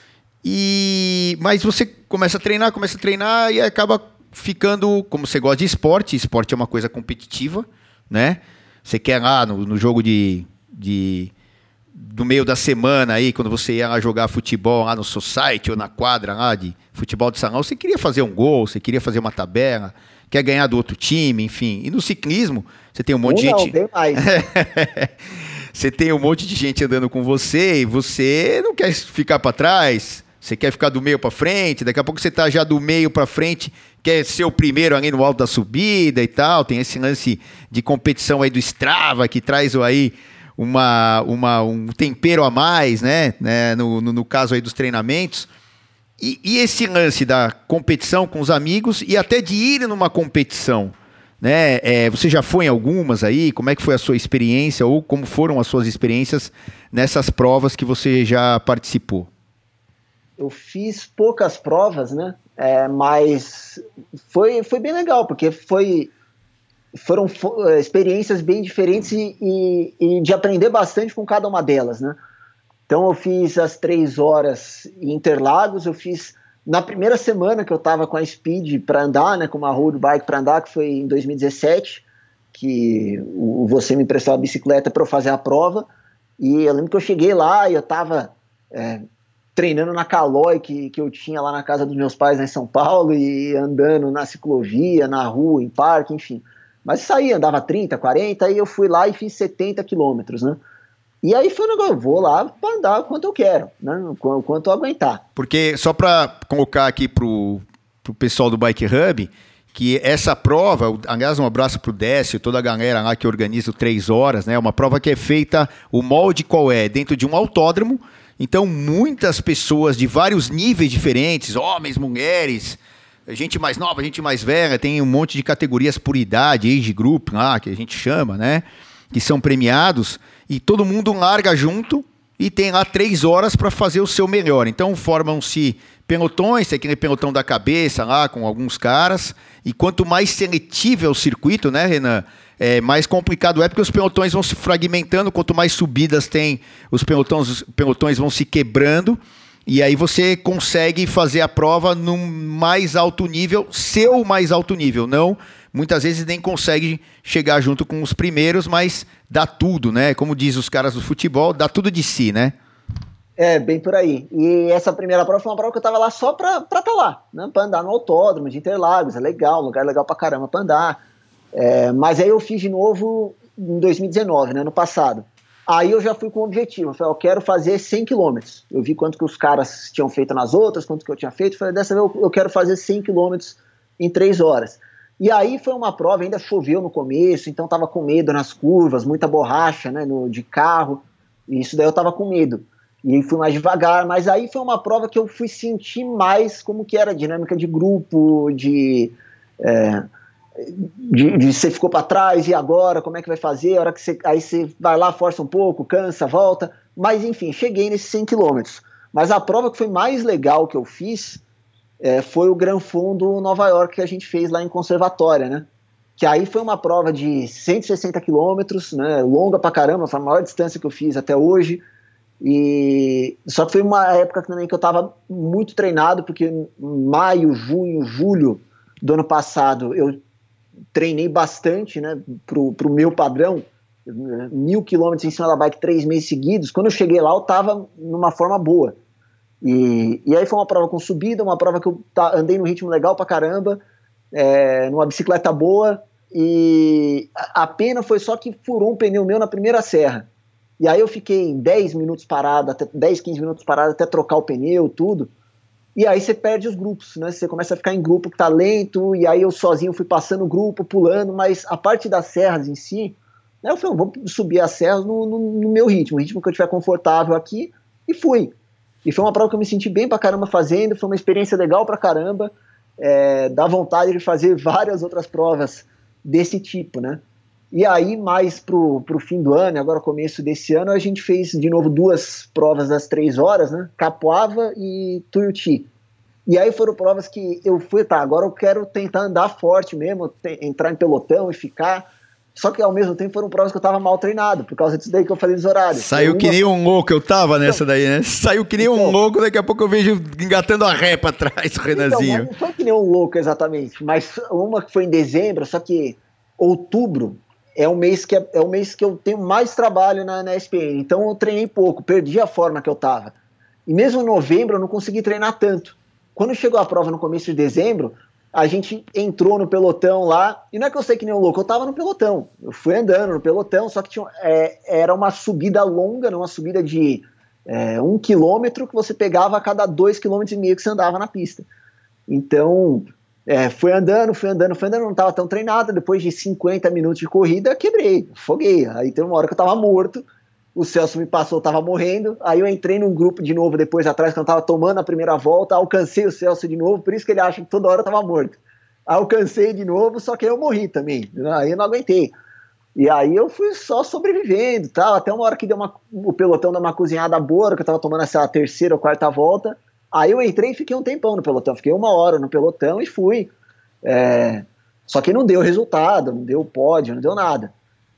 E, mas você começa a treinar, começa a treinar e acaba ficando, como você gosta de esporte, esporte é uma coisa competitiva, né? Você quer lá no, no jogo de, de do meio da semana aí, quando você ia lá jogar futebol lá no society ou na quadra lá de futebol de salão, você queria fazer um gol, você queria fazer uma tabela, quer ganhar do outro time, enfim. E no ciclismo, você tem um monte de gente... Não, mais. Você tem um monte de gente andando com você e você não quer ficar para trás... Você quer ficar do meio para frente, daqui a pouco você está já do meio para frente, quer ser o primeiro ali no alto da subida e tal. Tem esse lance de competição aí do Strava, que traz aí uma, uma, um tempero a mais, né? né? No, no, no caso aí dos treinamentos. E, e esse lance da competição com os amigos e até de ir numa competição, né? É, você já foi em algumas aí? Como é que foi a sua experiência ou como foram as suas experiências nessas provas que você já participou? Eu fiz poucas provas, né? É, mas foi, foi bem legal, porque foi, foram experiências bem diferentes e, e, e de aprender bastante com cada uma delas, né? Então eu fiz as três horas em Interlagos, eu fiz na primeira semana que eu estava com a Speed para andar, né? Com uma road bike para andar, que foi em dois mil e dezessete, que o, você me emprestou a bicicleta para eu fazer a prova, e eu lembro que eu cheguei lá e eu estava... É, treinando na Calói que, que eu tinha lá na casa dos meus pais, né, em São Paulo, e andando na ciclovia, na rua, em parque, enfim. Mas saía, andava trinta, quarenta, aí eu fui lá e fiz setenta quilômetros, né? E aí foi um negócio, eu vou lá para andar quanto eu quero, né? Qu- quanto eu aguentar. Porque, só para colocar aqui pro, pro pessoal do Bike Hub, que essa prova, aliás, um abraço pro Décio, toda a galera lá que organiza o três horas, né? Uma prova que é feita, o molde qual é? Dentro de um autódromo. Então, muitas pessoas de vários níveis diferentes, homens, mulheres, gente mais nova, gente mais velha, tem um monte de categorias por idade, age group lá, que a gente chama, né? Que são premiados, e todo mundo larga junto e tem lá três horas para fazer o seu melhor. Então, formam-se pelotões, tem aquele pelotão da cabeça lá com alguns caras, e quanto mais seletivo é o circuito, né, Renan? É, mais complicado é porque os pelotões vão se fragmentando, quanto mais subidas tem, os pelotões, os pelotões vão se quebrando, e aí você consegue fazer a prova num mais alto nível, seu mais alto nível, não, muitas vezes nem consegue chegar junto com os primeiros, mas dá tudo, né? Como diz os caras do futebol, dá tudo de si, né? É, bem por aí. E essa primeira prova foi uma prova que eu tava lá só pra estar tá lá, né? Pra andar no autódromo de Interlagos, é legal, um lugar legal pra caramba pra andar. É, mas aí eu fiz de novo em dois mil e dezenove, né, no passado. Aí eu já fui com o objetivo, eu falei, eu quero fazer cem quilômetros. Eu vi quanto que os caras tinham feito nas outras, quanto que eu tinha feito, falei, dessa vez eu, eu quero fazer cem quilômetros em três horas. E aí foi uma prova, ainda choveu no começo, então tava com medo nas curvas, muita borracha, né, no, de carro, e isso daí eu tava com medo. E fui mais devagar, mas aí foi uma prova que eu fui sentir mais como que era a dinâmica de grupo, de... É, De, de você ficou para trás, e agora, como é que vai fazer? A hora que você, aí você vai lá, força um pouco, cansa, volta. Mas enfim, cheguei nesses cem quilômetros. Mas a prova que foi mais legal que eu fiz é, foi o Gran Fondo Nova York que a gente fez lá em Conservatória, né? Que aí foi uma prova de cento e sessenta quilômetros, né? Longa pra caramba, foi a maior distância que eu fiz até hoje. E só que foi uma época também que eu estava muito treinado, porque em maio, junho, julho do ano passado eu treinei bastante, né, pro, pro meu padrão, mil quilômetros em cima da bike três meses seguidos. Quando eu cheguei lá eu tava numa forma boa, e, e aí foi uma prova com subida, uma prova que eu tá, andei num ritmo legal pra caramba, é, numa bicicleta boa, e a, a pena foi só que furou um pneu meu na primeira serra, e aí eu fiquei dez minutos parado, até dez, quinze minutos parado até trocar o pneu, tudo. E aí você perde os grupos, né? Você começa a ficar em grupo que tá lento, e aí eu sozinho fui passando o grupo, pulando, mas a parte das serras em si, né, eu falei, vou subir as serras no, no, no meu ritmo, o ritmo que eu estiver confortável aqui, e fui. E foi uma prova que eu me senti bem pra caramba fazendo, foi uma experiência legal pra caramba, é, dá vontade de fazer várias outras provas desse tipo, né? E aí, mais pro, pro fim do ano, agora começo desse ano, a gente fez de novo duas provas das três horas, né? Capoava e Tuiuti. E aí foram provas que eu fui, tá, agora eu quero tentar andar forte mesmo, te, entrar em pelotão e ficar. Só que ao mesmo tempo foram provas que eu tava mal treinado, por causa disso daí que eu falei dos horários. Saiu uma... que nem um louco, eu tava nessa então, daí, né? Saiu que nem então, um louco, daqui a pouco eu vejo engatando a ré pra trás, o Renanzinho. Então, não foi que nem um louco exatamente, mas uma que foi em dezembro, só que outubro é o mês que, é, é o mês que eu tenho mais trabalho na, na S P N, então eu treinei pouco, perdi a forma que eu tava. E mesmo em novembro eu não consegui treinar tanto. Quando chegou a prova no começo de dezembro, a gente entrou no pelotão lá, e não é que eu sei que nem um louco, eu tava no pelotão, eu fui andando no pelotão, só que tinha, é, era uma subida longa, uma subida de é, um quilômetro que você pegava a cada dois quilômetros e meio que você andava na pista. Então... É, fui andando, fui andando, fui andando, não estava tão treinado, depois de cinquenta minutos de corrida, quebrei, foguei, aí teve uma hora que eu estava morto, o Celso me passou, eu estava morrendo, aí eu entrei num grupo de novo depois atrás, quando eu estava tomando a primeira volta, alcancei o Celso de novo, por isso que ele acha que toda hora eu estava morto, alcancei de novo, só que aí eu morri também, aí eu não aguentei, e aí eu fui só sobrevivendo, tal, até uma hora que deu uma, o pelotão deu uma cozinhada boa, que eu estava tomando essa terceira ou quarta volta. Aí eu entrei e fiquei um tempão no pelotão, fiquei uma hora no pelotão e fui. É, só que não deu resultado, não deu pódio, não deu nada.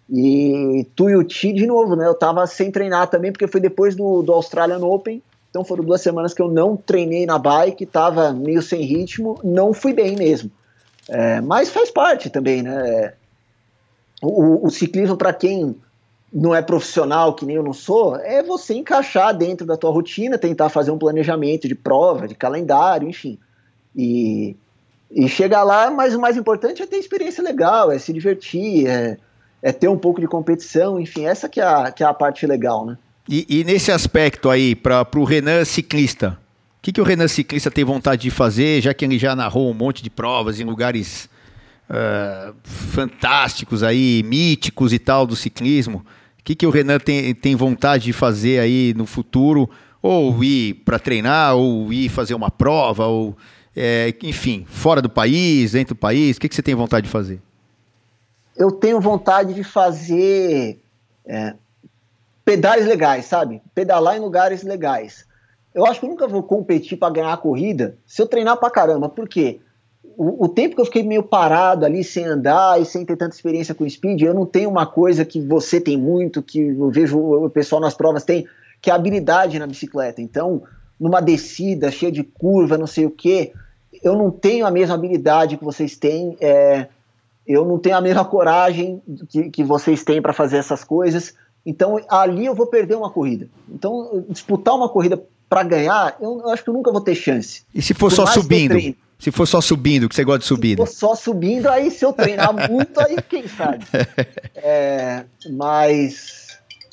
E Tuiuti de novo, né? Eu tava sem treinar também, porque foi depois do, do Australian Open, então foram duas semanas que eu não treinei na bike, tava meio sem ritmo, não fui bem mesmo. É, mas faz parte também, né? O, o ciclismo, para quem não é profissional, que nem eu não sou, é você encaixar dentro da tua rotina, tentar fazer um planejamento de prova, de calendário, enfim. E, e chegar lá, mas o mais importante é ter experiência legal, é se divertir, é, é ter um pouco de competição, enfim, essa que é a, que é a parte legal, né? E, e nesse aspecto aí, para o Renan ciclista, o que, que o Renan ciclista tem vontade de fazer, já que ele já narrou um monte de provas em lugares uh, fantásticos aí, míticos e tal do ciclismo? O que, que o Renan tem, tem vontade de fazer aí no futuro? Ou ir para treinar, ou ir fazer uma prova, ou é, enfim, fora do país, dentro do país? O que, que você tem vontade de fazer? Eu tenho vontade de fazer é, pedais legais, sabe? Pedalar em lugares legais. Eu acho que eu nunca vou competir para ganhar a corrida se eu treinar pra caramba. Por quê? O, o tempo que eu fiquei meio parado ali, sem andar e sem ter tanta experiência com speed, eu não tenho uma coisa que você tem muito, que eu vejo o pessoal nas provas tem, que é a habilidade na bicicleta. Então, numa descida cheia de curva, não sei o quê, eu não tenho a mesma habilidade que vocês têm, é, eu não tenho a mesma coragem que, que vocês têm para fazer essas coisas. Então, ali eu vou perder uma corrida. Então, disputar uma corrida para ganhar, eu, eu acho que eu nunca vou ter chance. E se for Por só subindo? Se for só subindo, que você gosta de subida? Se for só subindo, aí se eu treinar muito, aí quem sabe. É, mas,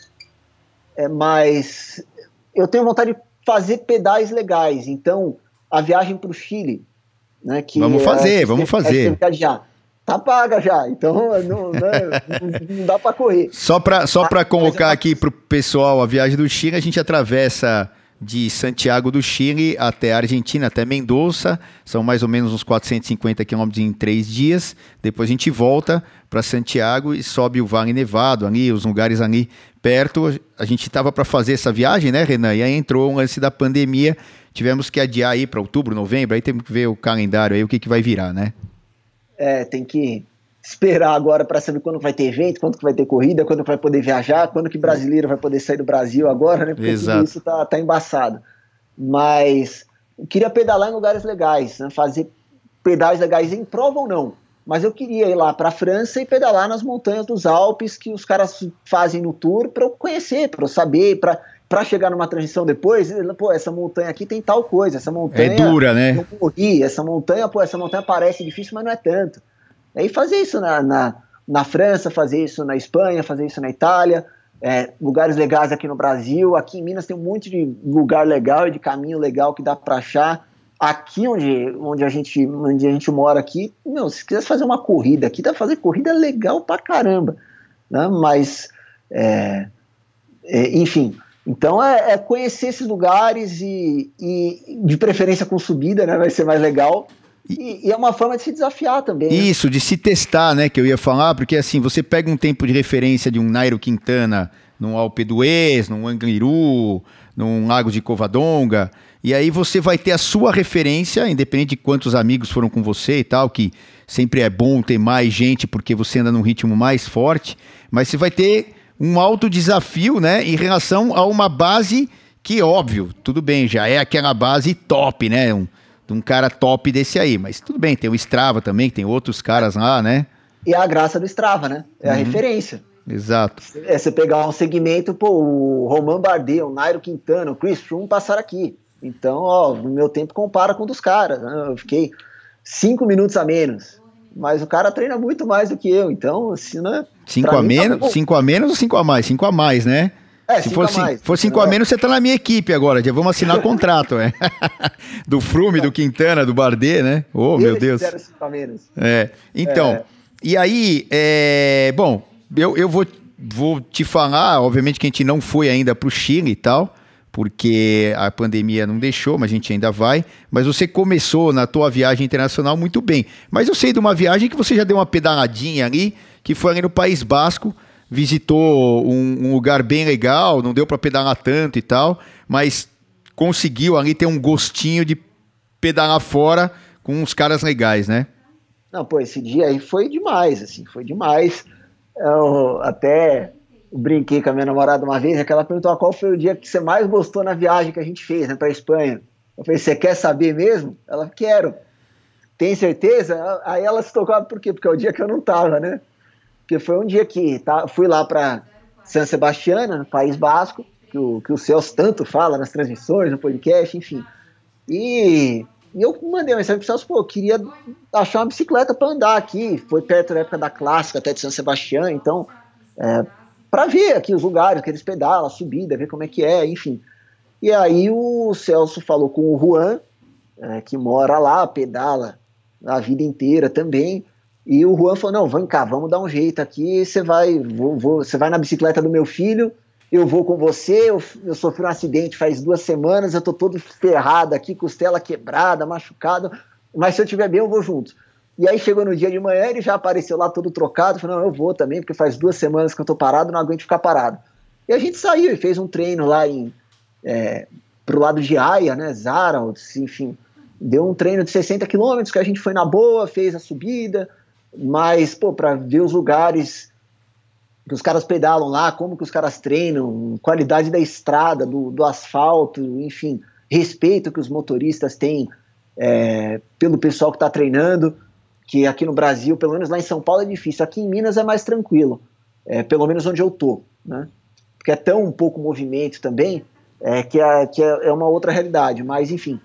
é, mas eu tenho vontade de fazer pedais legais. Então, a viagem para o Chile, né, que vamos fazer, é, vamos fazer. É, já tá paga já, então não, né, não, não dá para correr. Só para só para colocar aqui para o pessoal, a viagem do Chile, a gente atravessa de Santiago do Chile até a Argentina, até Mendoza, são mais ou menos uns quatrocentos e cinquenta quilômetros em três dias, depois a gente volta para Santiago e sobe o Vale Nevado ali, os lugares ali perto. A gente estava para fazer essa viagem, né, Renan? E aí entrou o lance da pandemia, tivemos que adiar aí para outubro, novembro, aí temos que ver o calendário aí, o que, que vai virar, né? É, tem que esperar agora para saber quando vai ter evento, quando que vai ter corrida, quando que vai poder viajar, quando que brasileiro vai poder sair do Brasil agora, né? Porque Exato. Tudo isso tá, tá embaçado. Mas eu queria pedalar em lugares legais, né? Fazer pedais legais em prova ou não. Mas eu queria ir lá para a França e pedalar nas montanhas dos Alpes que os caras fazem no tour para eu conhecer, para eu saber, para para chegar numa transição depois, pô, essa montanha aqui tem tal coisa, essa montanha... É dura, né? Eu morri, essa montanha, pô, essa montanha parece difícil, mas não é tanto. Aí fazer isso na, na, na França, fazer isso na Espanha, fazer isso na Itália, é, lugares legais aqui no Brasil, aqui em Minas tem um monte de lugar legal e de caminho legal que dá para achar. Aqui onde, onde, a gente, onde a gente mora aqui, meu, se quiser fazer uma corrida aqui, dá pra fazer corrida legal pra caramba, né? Mas, é, é, enfim... Então é, é conhecer esses lugares e, e de preferência com subida, né? Vai ser mais legal. E, e é uma forma de se desafiar também. Né? Isso, de se testar, né? Que eu ia falar, porque assim, você pega um tempo de referência de um Nairo Quintana num Alpe d'Huez, num Angliru, num Lago de Covadonga, e aí você vai ter a sua referência, independente de quantos amigos foram com você e tal, que sempre é bom ter mais gente porque você anda num ritmo mais forte, mas você vai ter um alto desafio, né, em relação a uma base que, óbvio, tudo bem, já é aquela base top, né, um, um cara top desse aí, mas tudo bem, tem o Strava também, tem outros caras lá, né. E é a graça do Strava, né, é uhum. a referência. Exato. É você pegar um segmento, pô, o Romain Bardet, o Nairo Quintana, o Chris Froome passaram aqui, então, ó, no meu tempo compara com o dos caras, né? Eu fiquei cinco minutos a menos. Mas o cara treina muito mais do que eu, então, assim, né? Cinco a menos, tá cinco a menos ou cinco a mais? Cinco a mais, né? É, Se cinco for, a mais. for cinco a menos, você tá na minha equipe agora, já vamos assinar contrato, é. Do Froome, do Quintana, do Bardet, né? Oh, Eles meu Deus. fizeram cinco a menos. É, então, é. E aí, é, bom, eu, eu vou, vou te falar, obviamente que a gente não foi ainda pro Chile e tal, porque a pandemia não deixou, mas a gente ainda vai. Mas você começou na tua viagem internacional muito bem. Mas eu sei de uma viagem que você já deu uma pedaladinha ali, que foi ali no País Basco, visitou um, um lugar bem legal, não deu para pedalar tanto e tal, mas conseguiu ali ter um gostinho de pedalar fora com uns caras legais, né? Não, pô, esse dia aí foi demais, assim, foi demais. Eu até... brinquei com a minha namorada uma vez, que ela perguntou qual foi o dia que você mais gostou na viagem que a gente fez, né, para a Espanha. Eu falei, você quer saber mesmo? Ela, quero. Tem certeza? Aí ela se tocou, por quê? Porque é o dia que eu não tava, né? Porque foi um dia que tá, fui lá para San Sebastián, no País Basco, que o, que o Celso tanto fala nas transmissões, no podcast, enfim. E, e eu mandei uma mensagem pro Celso, pô, eu queria achar uma bicicleta para andar aqui. Foi perto da época da clássica, até de San Sebastián, então, é, para ver aqui os lugares que eles pedalam, a subida, ver como é que é, enfim. E aí o Celso falou com o Juan, é, que mora lá, pedala a vida inteira também, e o Juan falou, não, vem cá, vamos dar um jeito aqui, você vai, vou, vou, você vai na bicicleta do meu filho, eu vou com você, eu, eu sofri um acidente faz duas semanas, eu tô todo ferrado aqui, costela quebrada, machucado, mas se eu estiver bem eu vou junto. E aí chegou no dia de manhã, ele já apareceu lá todo trocado, falou, não, eu vou também, porque faz duas semanas que eu tô parado, não aguento ficar parado. E a gente saiu e fez um treino lá em, é, pro lado de Haia, né, Zarautz, enfim, deu um treino de sessenta quilômetros que a gente foi na boa, fez a subida, mas, pô, para ver os lugares que os caras pedalam lá, como que os caras treinam, qualidade da estrada, do, do asfalto, enfim, respeito que os motoristas têm é, pelo pessoal que está treinando, que aqui no Brasil, pelo menos lá em São Paulo é difícil, aqui em Minas é mais tranquilo, é, pelo menos onde eu tô, né? Porque é tão pouco movimento também, é, que, é, que é, é uma outra realidade, mas enfim,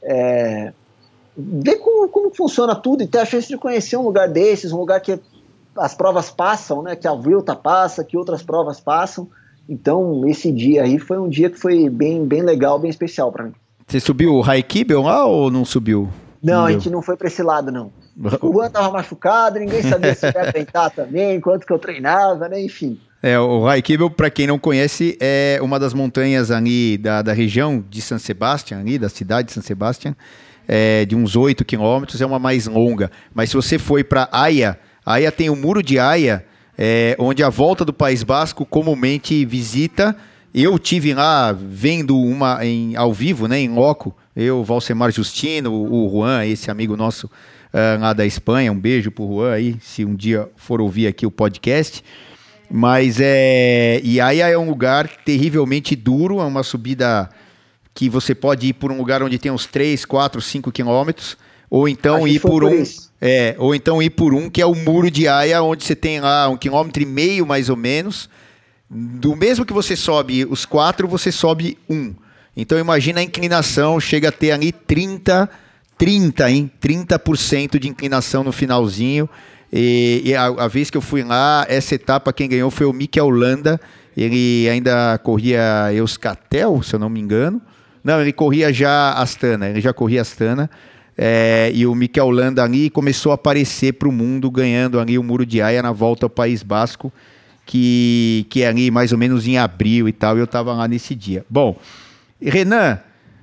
é, ver como, como funciona tudo e ter a chance de conhecer um lugar desses, um lugar que as provas passam, né, que a Vuelta passa, que outras provas passam. Então esse dia aí foi um dia que foi bem, bem legal, bem especial para mim. Você subiu o Raikibel lá ou não subiu? Não, não a gente não foi para esse lado não. O Juan tava machucado, ninguém sabia se ia aguentar também, quanto que eu treinava, né, enfim. É, o Raikibel, para quem não conhece, é uma das montanhas ali da, da região de San Sebastián, ali da cidade de San Sebastián, é, de uns oito quilômetros, é uma mais longa. Mas se você foi para Haia, Haia tem o Muro de Haia, é, onde a volta do País Basco comumente visita. Eu tive lá vendo uma em, ao vivo, né, em loco, eu, Valsemar Justino, o Juan, esse amigo nosso uh, lá da Espanha, um beijo pro Juan aí, se um dia for ouvir aqui o podcast. Mas é. E Haia é um lugar terrivelmente duro, é uma subida que você pode ir por um lugar onde tem uns três, quatro, cinco quilômetros, ou então Acho ir por um. É, ou então ir por um que é o Muro de Haia, onde você tem lá um quilômetro e meio, mais ou menos. Do mesmo que você sobe os quatro, você sobe um. Então imagina a inclinação, chega a ter ali trinta, trinta, hein? trinta por cento de inclinação no finalzinho. E, e a, a vez que eu fui lá, essa etapa quem ganhou foi o Mikel Landa. Ele ainda corria Euskaltel, se eu não me engano. Não, ele corria já Astana, ele já corria Astana. É, e o Mikel Landa ali começou a aparecer para o mundo, ganhando ali o Muro de Haia na volta ao País Basco, que, que é ali mais ou menos em abril e tal, e eu estava lá nesse dia. Bom, Renan,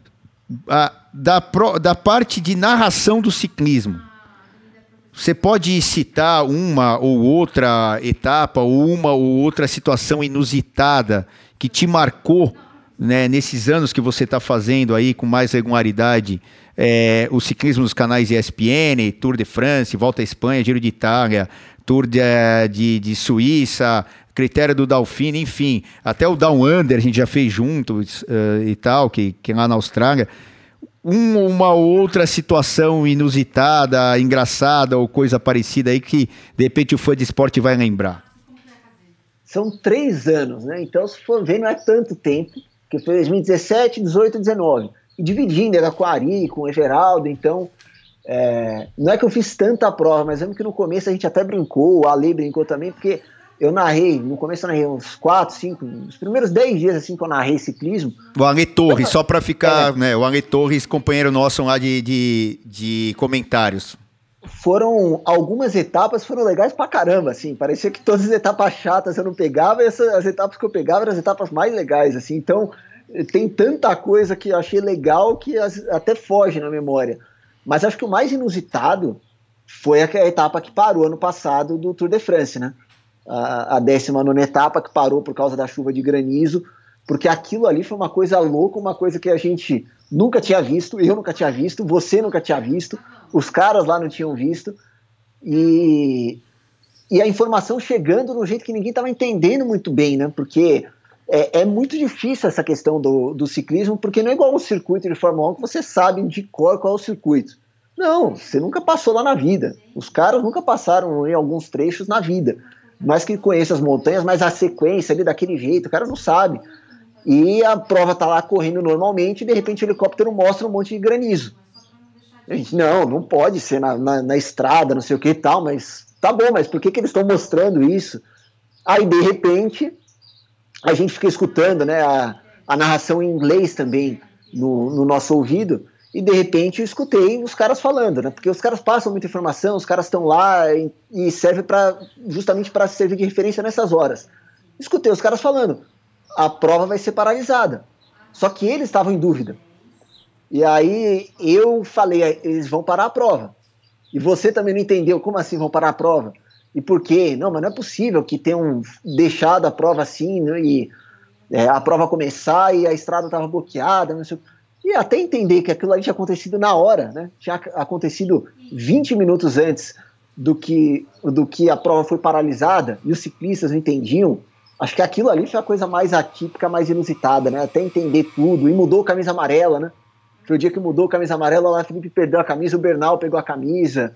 a, da, pro, da parte de narração do ciclismo, você pode citar uma ou outra etapa, ou uma ou outra situação inusitada que te marcou, né, nesses anos que você está fazendo aí com mais regularidade, é, o ciclismo nos canais E S P N, Tour de France, Volta à Espanha, Giro de Itália, Tour de, de, de Suíça, Critério do Dauphine, enfim, até o Down Under a gente já fez juntos uh, e tal, que, que é lá na Austrália. Um, uma outra situação inusitada, engraçada ou coisa parecida aí que de repente o fã de esporte vai lembrar? São três anos, né? Então, se for ver, não é tanto tempo, que foi dois mil e dezessete, dezoito, dezenove. E dividindo, era com o Ari, com o Everaldo, então é, não é que eu fiz tanta prova, mas lembro que no começo a gente até brincou, o Ale brincou também, porque eu narrei, no começo eu narrei uns quatro, cinco, os primeiros dez dias assim que eu narrei ciclismo. O Ale Torres, só para ficar, é, né, o Ale Torres, companheiro nosso lá de, de, de comentários. Foram, algumas etapas foram legais pra caramba, assim, parecia que todas as etapas chatas eu não pegava, e essas, as etapas que eu pegava eram as etapas mais legais, assim, então tem tanta coisa que eu achei legal que as, até foge na memória. Mas acho que o mais inusitado foi a, a etapa que parou ano passado do Tour de France, né? A, a décima nona etapa que parou por causa da chuva de granizo, porque aquilo ali foi uma coisa louca, uma coisa que a gente nunca tinha visto, eu nunca tinha visto, você nunca tinha visto, os caras lá não tinham visto, e, e a informação chegando no jeito que ninguém estava entendendo muito bem, né? Porque é, é muito difícil essa questão do, do ciclismo, porque não é igual um circuito de Fórmula um que você sabe de cor qual é o circuito. Não, você nunca passou lá na vida. Os caras nunca passaram em alguns trechos na vida. mais que conheça as montanhas, mas a sequência ali daquele jeito, o cara não sabe. E a prova tá lá correndo normalmente e de repente o helicóptero mostra um monte de granizo. A gente, não, não pode ser na, na, na estrada, não sei o que e tal, mas tá bom, mas por que, que eles estão mostrando isso? Aí de repente a gente fica escutando, né, a, a narração em inglês também no, no nosso ouvido, e de repente eu escutei os caras falando, né, porque os caras passam muita informação, os caras estão lá e, e serve para justamente para servir de referência nessas horas. Escutei os caras falando, a prova vai ser paralisada, só que eles estavam em dúvida. E aí eu falei, eles vão parar a prova. E você também não entendeu como assim vão parar a prova? E por quê? Não, mas não é possível que tenham deixado a prova assim, né, e é, a prova começar e a estrada estava bloqueada, não sei. E até entender que aquilo ali tinha acontecido na hora, né? Tinha acontecido vinte minutos antes do que, do que a prova foi paralisada e os ciclistas não entendiam. Acho que aquilo ali foi a coisa mais atípica, mais inusitada, né? Até entender tudo. E mudou a camisa amarela, né? Foi o dia que mudou a camisa amarela, lá o Felipe perdeu a camisa, o Bernal pegou a camisa.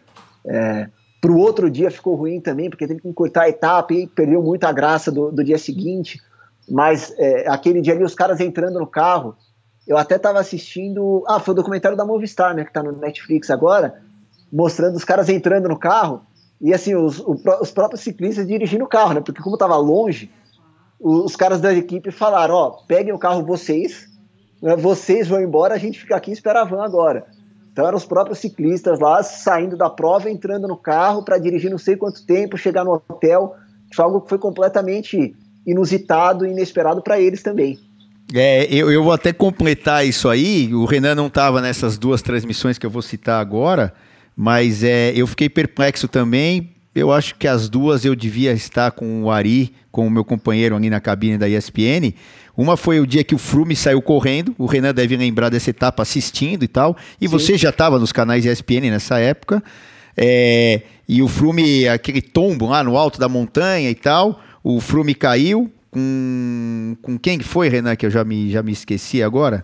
É, pro outro dia ficou ruim também, porque teve que encurtar a etapa e perdeu muito a graça do, do dia seguinte. Mas é, aquele dia ali, os caras entrando no carro, eu até estava assistindo... Ah, foi o documentário da Movistar, né, que tá no Netflix agora, mostrando os caras entrando no carro e, assim, os, os próprios ciclistas dirigindo o carro, né, porque como estava longe, os caras da equipe falaram, ó, peguem o carro vocês, né, vocês vão embora, a gente fica aqui e espera a van agora. Então eram os próprios ciclistas lá, saindo da prova, entrando no carro para dirigir não sei quanto tempo, chegar no hotel, foi algo que foi completamente inusitado e inesperado para eles também. É, eu, eu vou até completar isso aí, o Renan não estava nessas duas transmissões que eu vou citar agora, mas é, eu fiquei perplexo também, eu acho que as duas eu devia estar com o Ari, com o meu companheiro ali na cabine da E S P N. Uma foi o dia que o Froome saiu correndo, o Renan deve lembrar dessa etapa assistindo e tal, e Sim. Você já estava nos canais E S P N nessa época, é, e o Froome, aquele tombo lá no alto da montanha e tal, o Froome caiu, com, com quem foi, Renan, que eu já me, já me esqueci agora?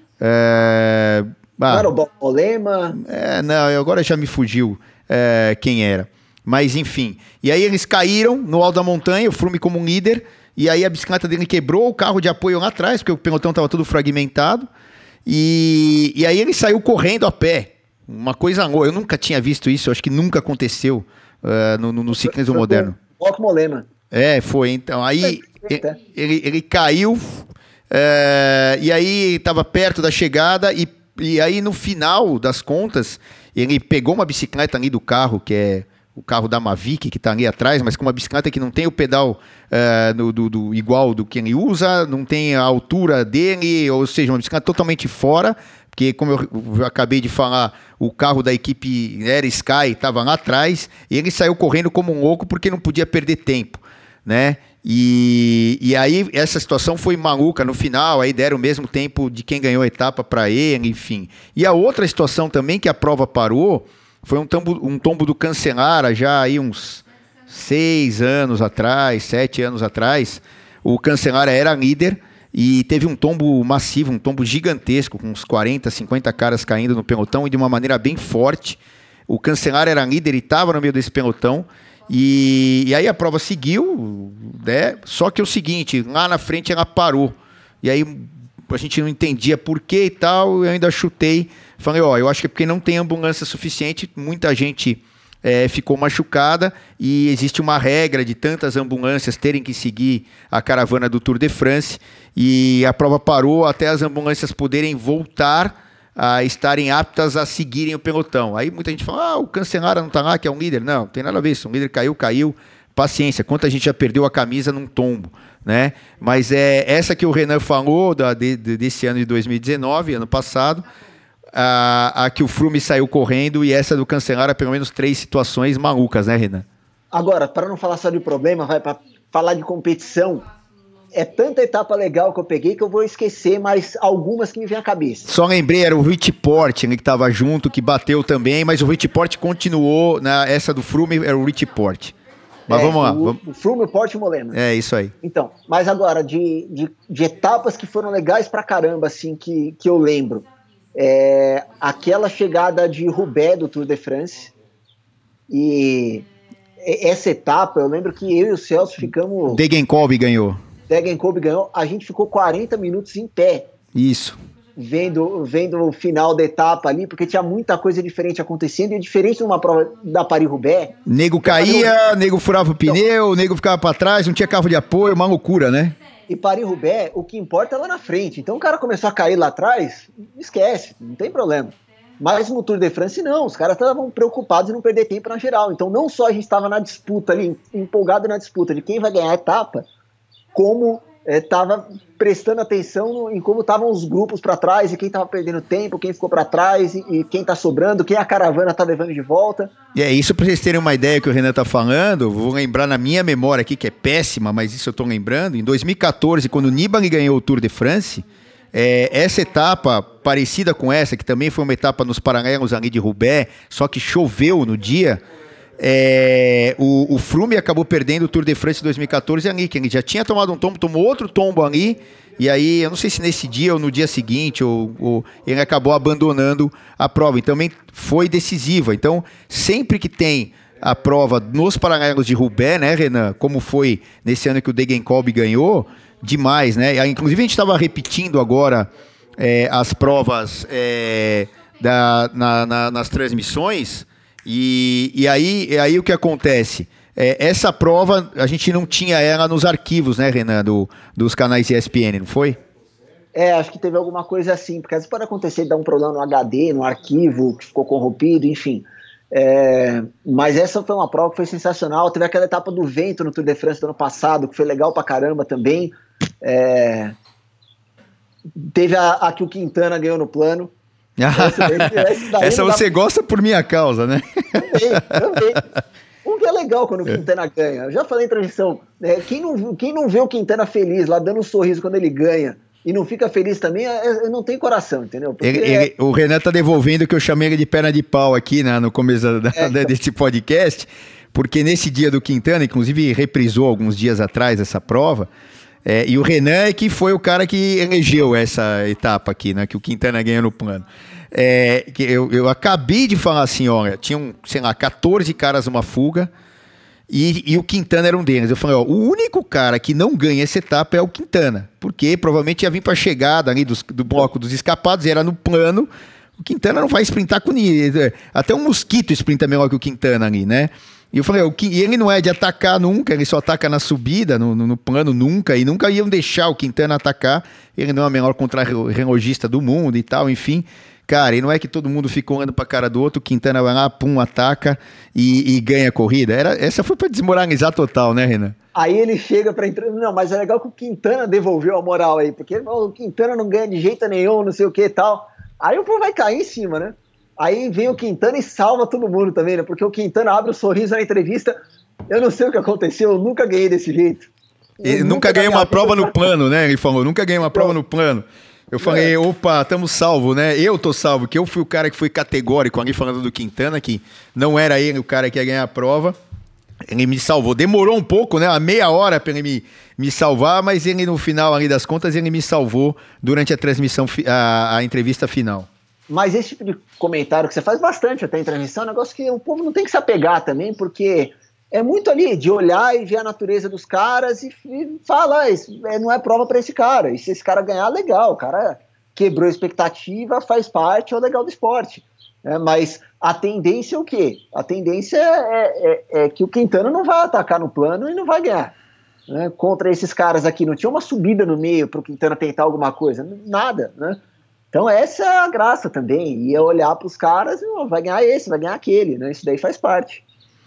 É, ah, era o Mollema? É, não, agora já me fugiu é, quem era. Mas enfim, e aí eles caíram no alto da montanha, o Froome como um líder, e aí a bicicleta dele quebrou, o carro de apoio lá atrás, porque o pelotão estava todo fragmentado, e, e aí ele saiu correndo a pé, uma coisa, eu nunca tinha visto isso, acho que nunca aconteceu uh, no, no, no ciclismo moderno. O Mollema. É, foi, então, aí ele, ele, ele caiu, é, e aí estava perto da chegada, e, e aí no final das contas, ele pegou uma bicicleta ali do carro, que é o carro da Mavic, que está ali atrás, mas com uma bicicleta que não tem o pedal uh, no, do, do, igual do que ele usa, não tem a altura dele, ou seja, uma bicicleta totalmente fora, porque como eu, eu acabei de falar, o carro da equipe Air Sky estava lá atrás, e ele saiu correndo como um louco porque não podia perder tempo, né? E, e aí essa situação foi maluca no final, aí deram o mesmo tempo de quem ganhou a etapa para ele, enfim. E a outra situação também que a prova parou foi um tombo, um tombo do Cancellara já aí uns seis anos atrás, sete anos atrás. O Cancellara era líder e teve um tombo massivo, um tombo gigantesco, com uns quarenta, cinquenta caras caindo no pelotão e de uma maneira bem forte. O Cancellara era líder e estava no meio desse pelotão. E, e aí a prova seguiu, né? Só que é o seguinte, lá na frente ela parou. E aí a gente não entendia por que e tal, eu ainda chutei. Falei, ó, eu acho que é porque não tem ambulância suficiente, muita gente é, ficou machucada e existe uma regra de tantas ambulâncias terem que seguir a caravana do Tour de France e a prova parou até as ambulâncias poderem voltar a estarem aptas a seguirem o pelotão. Aí muita gente fala, ah, o Cancellara não tá lá, que é um líder. Não, não tem nada a ver, se um líder caiu, caiu, paciência, quanta gente já perdeu a camisa num tombo, né? Mas é essa que o Renan falou da, de, desse ano de dois mil e dezenove, ano passado, a, a que o Froome saiu correndo e essa do Cancellara, pelo menos três situações malucas, né, Renan? Agora, para não falar só de problema, vai para falar de competição, é tanta etapa legal que eu peguei que eu vou esquecer, mas algumas que me vêm à cabeça. Só lembrei, era o Rich Porte, né, que estava junto, que bateu também, mas o Rich Porte continuou, na, essa do Froome era o Rich Porte. Mas é, vamos lá. O, vamos... o Froome, o Porte e o Mollema. É, isso aí. Então, mas agora, de, de, de etapas que foram legais pra caramba, assim, que, que eu lembro. É, aquela chegada de Roubaix do Tour de France, e essa etapa, eu lembro que eu e o Celso ficamos... Degenkolb ganhou. Degenkolb ganhou, a gente ficou quarenta minutos em pé. Isso. Vendo, vendo o final da etapa ali, porque tinha muita coisa diferente acontecendo, e diferente de uma prova da Paris-Roubaix. Nego caía, Paris... nego furava o pneu, então, nego ficava pra trás, não tinha carro de apoio, uma loucura, né? E Paris-Roubaix, o que importa é lá na frente. Então o cara começou a cair lá atrás, esquece, não tem problema. Mas no Tour de France não, os caras estavam preocupados em não perder tempo na geral. Então não só a gente estava na disputa ali, empolgado na disputa de quem vai ganhar a etapa, como estava é, prestando atenção no, em como estavam os grupos para trás, e quem estava perdendo tempo, quem ficou para trás, e, e quem está sobrando, quem a caravana está levando de volta. E é isso, para vocês terem uma ideia que o Renan tá falando, vou lembrar na minha memória aqui, que é péssima, mas isso eu tô lembrando, em dois mil e catorze, quando o Nibali ganhou o Tour de France, é, essa etapa parecida com essa, que também foi uma etapa nos paralelos ali de Roubaix, só que choveu no dia, é, o, o Froome acabou perdendo o Tour de France dois mil e catorze ali, que ele já tinha tomado um tombo, tomou outro tombo ali, e aí, eu não sei se nesse dia ou no dia seguinte, ou, ou ele acabou abandonando a prova, e também foi decisiva. Então, sempre que tem a prova nos paralelos de Roubaix, né, Renan, como foi nesse ano que o Degenkolb ganhou, demais, né? Inclusive, a gente estava repetindo agora é, as provas é, da, na, na, nas transmissões, e, e, aí, e aí o que acontece? É, essa prova, a gente não tinha ela nos arquivos, né, Renan, do, dos canais E S P N, não foi? É, acho que teve alguma coisa assim, porque às vezes pode acontecer de dar um problema no H D, no arquivo, que ficou corrompido, enfim. É, mas essa foi uma prova que foi sensacional. Teve aquela etapa do vento no Tour de France do ano passado, que foi legal pra caramba também. É, teve a, a que o Quintana ganhou no plano. Essa, essa, essa você dá... gosta por minha causa, né? Também, também. Um que é legal quando o Quintana é. ganha. Eu já falei em transmissão, né? quem, não, quem não vê o Quintana feliz, lá dando um sorriso quando ele ganha, e não fica feliz também, é, é, não tem coração, entendeu? Ele, ele, é... O Renan tá devolvendo que eu chamei ele de perna de pau aqui, né, no começo da, é, então... desse podcast, porque nesse dia do Quintana, inclusive reprisou alguns dias atrás essa prova, é, e o Renan é que foi o cara que elegeu essa etapa aqui, né, que o Quintana ganhou no plano. É, que eu, eu acabei de falar assim, olha, tinham, sei lá, catorze caras numa fuga, e, e o Quintana era um deles. Eu falei, ó, o único cara que não ganha essa etapa é o Quintana, porque provavelmente ia vir para a chegada ali dos, do bloco dos escapados, era no plano, o Quintana não vai sprintar com ninguém, até um mosquito sprinta melhor que o Quintana ali, né? E eu falei, ó, e ele não é de atacar nunca, ele só ataca na subida, no, no, no plano nunca, e nunca iam deixar o Quintana atacar, ele não é o melhor contra-relogista do mundo e tal, enfim... Cara, e não é que todo mundo ficou olhando pra cara do outro, o Quintana vai lá, pum, ataca e, e ganha a corrida. Era, essa foi pra desmoralizar total, né, Renan? Aí ele chega pra entrar... Não, mas é legal que o Quintana devolveu a moral aí, porque o Quintana não ganha de jeito nenhum, não sei o que e tal. Aí o povo vai cair em cima, né? Aí vem o Quintana e salva todo mundo também, né? Porque o Quintana abre o sorriso na entrevista. Eu não sei o que aconteceu, eu nunca ganhei desse jeito. Ele nunca, nunca ganhei uma prova no plano, né? Ele falou, nunca ganhei uma prova no plano. Eu falei, opa, estamos salvos, né? Eu tô salvo, que eu fui o cara que foi categórico ali falando do Quintana, que não era ele o cara que ia ganhar a prova. Ele me salvou. Demorou um pouco, né? Uma meia hora para ele me, me salvar, mas ele no final ali das contas, ele me salvou durante a transmissão, a, a entrevista final. Mas esse tipo de comentário que você faz bastante até em transmissão, é um negócio que o povo não tem que se apegar também, porque... É muito ali de olhar e ver a natureza dos caras e, e falar, isso não é prova para esse cara. E se esse cara ganhar, legal. O cara quebrou a expectativa, faz parte, é o legal do esporte. É, mas a tendência é o quê? A tendência é, é, é que o Quintana não vai atacar no plano e não vai ganhar. Né? Contra esses caras aqui, não tinha uma subida no meio para o Quintana tentar alguma coisa. Nada, né? Então essa é a graça também. E é olhar para os caras e oh, vai ganhar esse, vai ganhar aquele. Né? Isso daí faz parte.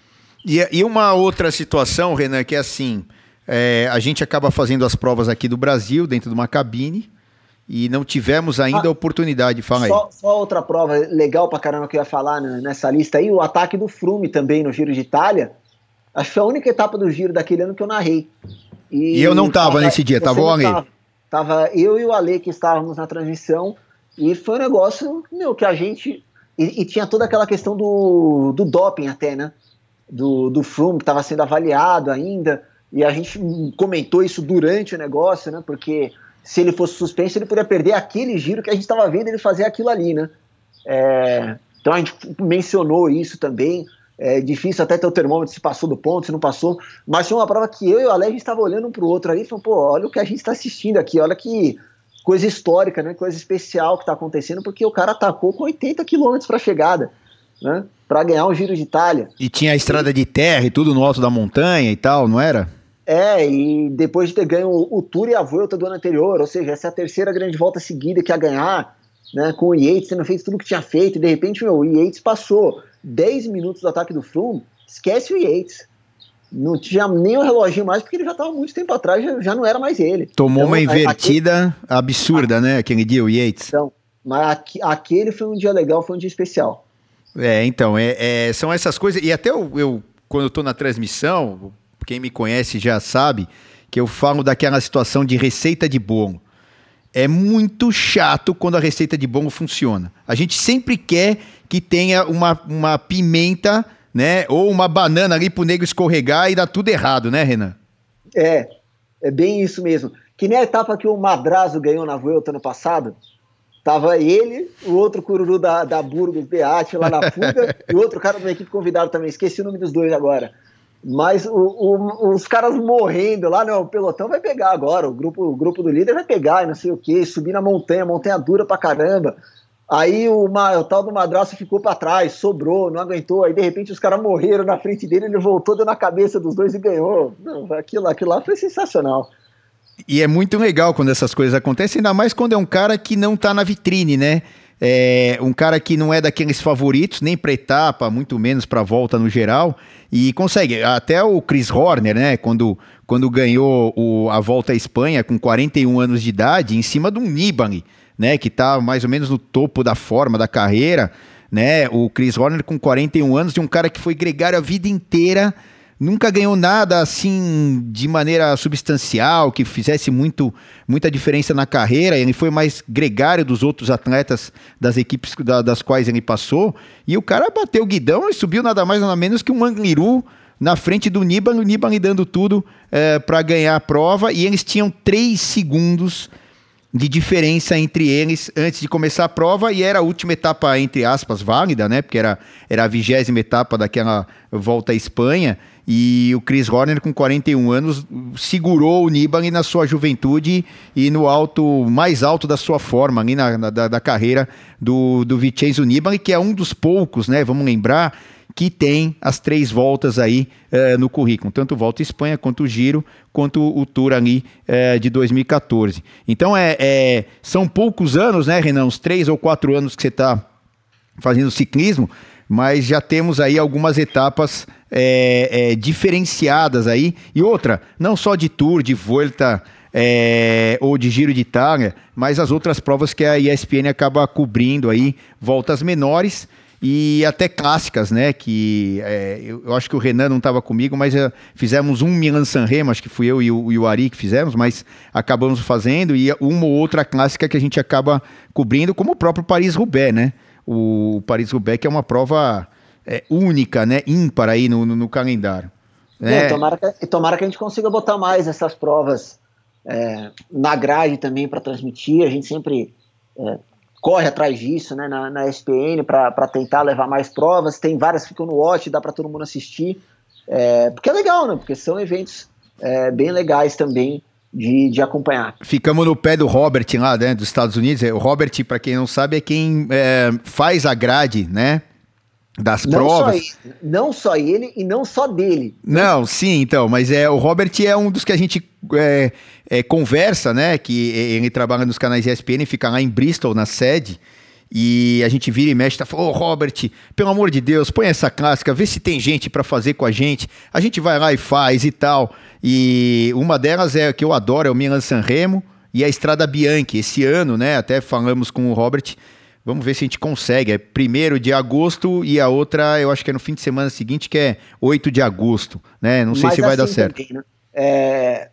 E, e uma outra situação, Renan, que é assim, é, a gente acaba fazendo as provas aqui do Brasil, dentro de uma cabine, e não tivemos ainda ah, a oportunidade, fala só, aí. Só outra prova legal pra caramba que eu ia falar nessa lista aí, o ataque do Froome também no Giro de Itália, acho que foi a única etapa do Giro daquele ano que eu narrei. E, e eu não tava, tava nesse dia, tava o Ale. Tava, tava eu e o Ale que estávamos na transmissão, e foi um negócio, meu, que a gente... E, e tinha toda aquela questão do, do doping até, né? do, do Froome, que estava sendo avaliado ainda, e a gente comentou isso durante o negócio, né, porque se ele fosse suspenso, ele poderia perder aquele giro que a gente estava vendo ele fazer aquilo ali, né, é, então a gente mencionou isso também, É difícil até ter o termômetro se passou do ponto, se não passou, mas foi uma prova que eu e o Alex, a gente estava olhando um para o outro ali e falando, pô, olha o que a gente está assistindo aqui, olha que coisa histórica, né, coisa especial que está acontecendo, porque o cara atacou com oitenta quilômetros para a chegada, né, para ganhar um Giro de Itália. E tinha a estrada de terra e tudo no alto da montanha e tal, não era? É, e depois de ter ganho o Tour e a Vuelta do ano anterior, ou seja, essa é a terceira grande volta seguida que ia ganhar, né, com o Yates tendo feito tudo que tinha feito, e de repente meu, o Yates passou dez minutos do ataque do Froome, esquece o Yates. Não tinha nem o reloginho mais, porque ele já estava muito tempo atrás, já, já não era mais ele. Tomou então, uma invertida aquele... absurda, né, aquele dia, o Yates. Então, mas aqui, aquele foi um dia legal, foi um dia especial. É, então, é, é, são essas coisas, e até eu, eu quando eu tô na transmissão, quem me conhece já sabe, que eu falo daquela situação de receita de bolo. É muito chato quando a receita de bolo funciona. A gente sempre quer que tenha uma, uma pimenta, né, ou uma banana ali pro nego escorregar e dá tudo errado, né, Renan? É, é bem isso mesmo. Que nem a etapa que o Madrazo ganhou na Vuelta ano passado, tava ele, o outro cururu da, da Burgos, Beate, lá na fuga, e o outro cara da equipe convidado também, esqueci o nome dos dois agora. Mas o, o, os caras morrendo lá, não, o pelotão vai pegar agora, o grupo, o grupo do líder vai pegar e não sei o que, subir na montanha, montanha dura pra caramba. Aí o, o tal do Madraço ficou pra trás, sobrou, não aguentou, aí de repente os caras morreram na frente dele, ele voltou, deu na cabeça dos dois e ganhou. Não, aquilo, aquilo lá foi sensacional. E é muito legal quando essas coisas acontecem, ainda mais quando é um cara que não tá na vitrine, né? É um cara que não é daqueles favoritos, nem pra etapa, muito menos pra volta no geral, e consegue. Até o Chris Horner, né, quando, quando ganhou o, a Volta à Espanha com quarenta e um anos de idade, em cima de um Nibali, né, que tá mais ou menos no topo da forma da carreira, né, o Chris Horner com quarenta e um anos, de um cara que foi gregário a vida inteira, nunca ganhou nada assim de maneira substancial, que fizesse muito, muita diferença na carreira. Ele foi mais gregário dos outros atletas das equipes da, das quais ele passou, e o cara bateu o guidão e subiu nada mais nada menos que um Angliru na frente do Nibali, o Nibali dando tudo é, para ganhar a prova, e eles tinham três segundos de diferença entre eles antes de começar a prova, e era a última etapa, entre aspas, válida, né? Porque era, era a vigésima etapa daquela Volta à Espanha, e o Chris Horner, com quarenta e um anos, segurou o Nibali na sua juventude e no alto, mais alto da sua forma, ali na, na da, da carreira do, do Vincenzo Nibali, que é um dos poucos, né? Vamos lembrar, que tem as três voltas aí uh, no currículo, tanto Volta à Espanha, quanto o Giro, quanto o Tour ali uh, de dois mil e catorze. Então, é, é, são poucos anos, né, Renan? Uns três ou quatro anos que você está fazendo ciclismo, mas já temos aí algumas etapas é, é, diferenciadas aí. E outra, não só de Tour, de Vuelta é, ou de Giro de Itália, mas as outras provas que a E S P N acaba cobrindo aí, voltas menores e até clássicas, né, que é, eu, eu acho que o Renan não estava comigo, mas é, fizemos um Milan-San Remo, acho que fui eu e o, e o Ari que fizemos, mas acabamos fazendo, e uma ou outra clássica que a gente acaba cobrindo, como o próprio Paris-Roubaix, né, o Paris-Roubaix que é uma prova é, única, né, ímpar aí no, no, no calendário. É, tomara, que, tomara que a gente consiga botar mais essas provas é, na grade também para transmitir, a gente sempre... É, corre atrás disso, né, na, na E S P N para tentar levar mais provas. Tem várias que ficam no watch, dá para todo mundo assistir, é, porque é legal, né, porque são eventos é, bem legais também de, de acompanhar. Ficamos no pé do Robert lá, né, dos Estados Unidos. O Robert, para quem não sabe, é quem é, faz a grade, né, das não provas. Só ele, não só ele e não só dele. Não, sim, então, mas é, o Robert é um dos que a gente é, é, conversa, né, que ele trabalha nos canais E S P N, fica lá em Bristol, na sede, e a gente vira e mexe, tá falando, ô Robert, pelo amor de Deus, põe essa clássica, vê se tem gente para fazer com a gente, a gente vai lá e faz e tal, e uma delas é que eu adoro, é o Milan-San Remo e a Estrada Bianchi. Esse ano, né, até falamos com o Robert, vamos ver se a gente consegue. É primeiro de agosto e a outra, eu acho que é no fim de semana seguinte, que é oito de agosto, né? Não sei Mas se vai assim dar certo. Também, né? é,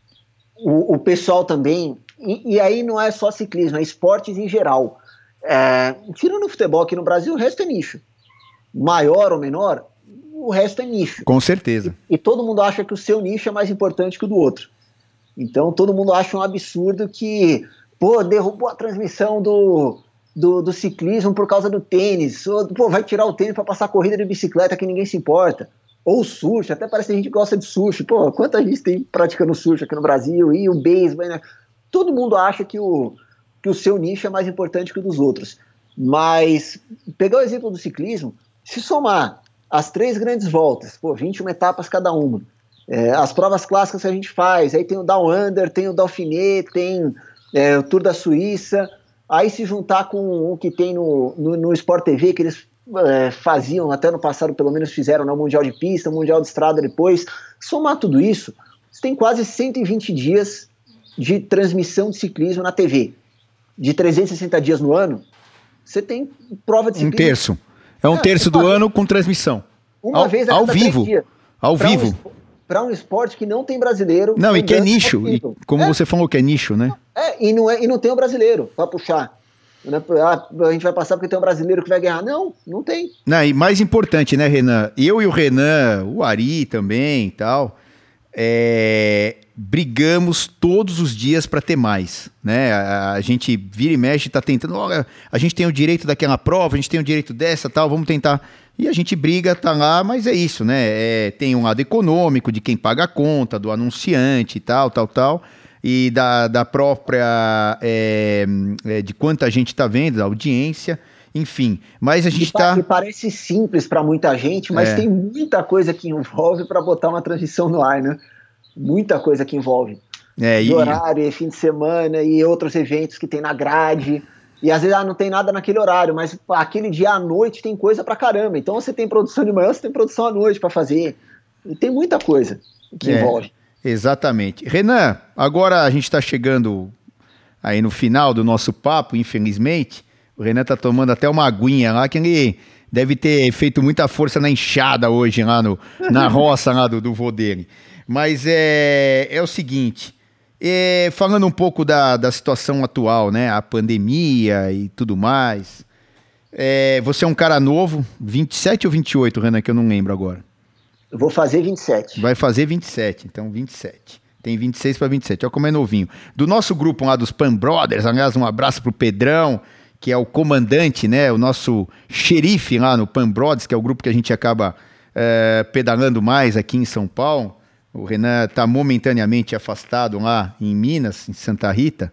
o, o pessoal também, e, e aí não é só ciclismo, é esportes em geral. É, tirando o futebol aqui no Brasil, o resto é nicho. Maior ou menor, o resto é nicho. Com certeza. E, e todo mundo acha que o seu nicho é mais importante que o do outro. Então todo mundo acha um absurdo que, pô, derrubou a transmissão do... do, do ciclismo por causa do tênis. Ou, pô, vai tirar o tênis para passar corrida de bicicleta que ninguém se importa. Ou surf, até parece que a gente gosta de surf. Pô, quanta gente tem praticando surf aqui no Brasil, e o beisebol, né? Todo mundo acha que o, que o seu nicho é mais importante que o dos outros. Mas, pegar o exemplo do ciclismo, se somar as três grandes voltas, pô, vinte e uma etapas cada uma, é, as provas clássicas que a gente faz, aí tem o Down Under, tem o Dauphiné, tem é, o Tour da Suíça, aí se juntar com o que tem no, no, no Sport T V, que eles é, faziam, até no passado pelo menos fizeram no Mundial de Pista, Mundial de Estrada depois, somar tudo isso, você tem quase cento e vinte dias de transmissão de ciclismo na T V. De trezentos e sessenta dias no ano, você tem prova de ciclismo. Um terço. É um é, terço do vez, ano com transmissão. Uma ao, vez a ao cada vivo. Dias. Ao pra vivo. Um, para um esporte que não tem brasileiro. Não, e que é nicho. E, como é. você falou que é nicho, né? É, e não, é, e não tem o um brasileiro para puxar. Ah, a gente vai passar porque tem um brasileiro que vai ganhar. Não, não tem. Não, e mais importante, né, Renan? Eu e o Renan, o Ari também e tal, é, brigamos todos os dias para ter mais, né? A, a gente vira e mexe, tá tentando, olha, a gente tem o direito daquela prova, a gente tem o direito dessa, tal, vamos tentar. E a gente briga, tá lá, mas é isso, né? É, tem um lado econômico de quem paga a conta, do anunciante e tal, tal, tal, e da, da própria, é, é, de quanta gente tá vendo, da audiência, enfim. Mas a gente tá... Parece simples para muita gente, mas é. tem muita coisa que envolve para botar uma transmissão no ar, né? Muita coisa que envolve. É, de e... horário, e fim de semana, e outros eventos que tem na grade... E às vezes ah, não tem nada naquele horário, mas aquele dia à noite tem coisa pra caramba. Então você tem produção de manhã, você tem produção à noite pra fazer. E tem muita coisa que é, envolve. Exatamente. Renan, agora a gente tá chegando aí no final do nosso papo, infelizmente. O Renan tá tomando até uma aguinha lá, que ele deve ter feito muita força na enxada hoje lá no, na roça lá do, do vô dele. Mas é, é o seguinte... É, falando um pouco da, da situação atual, né? A pandemia e tudo mais. É, você é um cara novo, vinte e sete ou vinte e oito, Renan, que eu não lembro agora. Eu vou fazer vinte e sete. Vai fazer vinte e sete, então vinte e sete. Tem vinte e seis para vinte e sete, olha como é novinho. Do nosso grupo lá dos Pan Brothers, aliás, um abraço pro Pedrão, que é o comandante, né? O nosso xerife lá no Pan Brothers, que é o grupo que a gente acaba é, pedalando mais aqui em São Paulo. O Renan está momentaneamente afastado lá em Minas, em Santa Rita.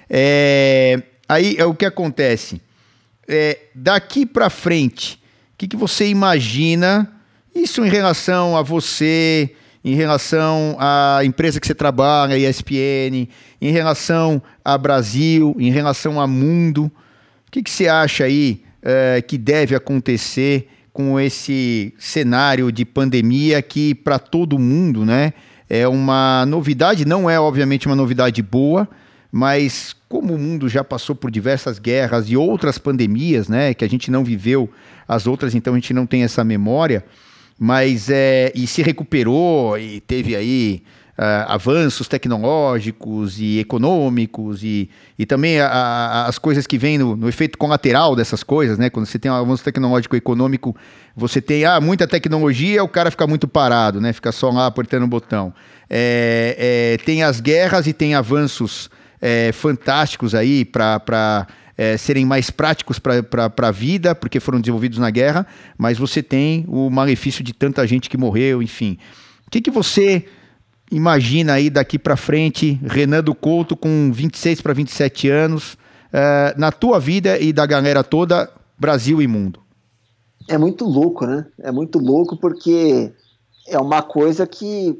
É, aí é o que acontece. É, daqui para frente, o que, que você imagina, isso em relação a você, em relação à empresa que você trabalha, a E S P N, em relação a Brasil, em relação a mundo, o que, que você acha aí é, que deve acontecer com esse cenário de pandemia que para todo mundo, né, é uma novidade, não é obviamente uma novidade boa, mas como o mundo já passou por diversas guerras e outras pandemias, né, que a gente não viveu as outras, então a gente não tem essa memória, mas é, e se recuperou e teve aí uh, avanços tecnológicos e econômicos e, e também a, a, as coisas que vêm no, no efeito colateral dessas coisas, né? Quando você tem um avanço tecnológico e econômico, você tem ah, muita tecnologia, o cara fica muito parado, né? Fica só lá apertando o botão. É, é, tem as guerras e tem avanços é, fantásticos aí para é, serem mais práticos para a vida, porque foram desenvolvidos na guerra, mas você tem o malefício de tanta gente que morreu, enfim. O que, que você imagina aí daqui para frente, Renan do Couto com vinte e seis para vinte e sete anos, uh, na tua vida e da galera toda, Brasil e mundo? É muito louco, né? É muito louco porque é uma coisa que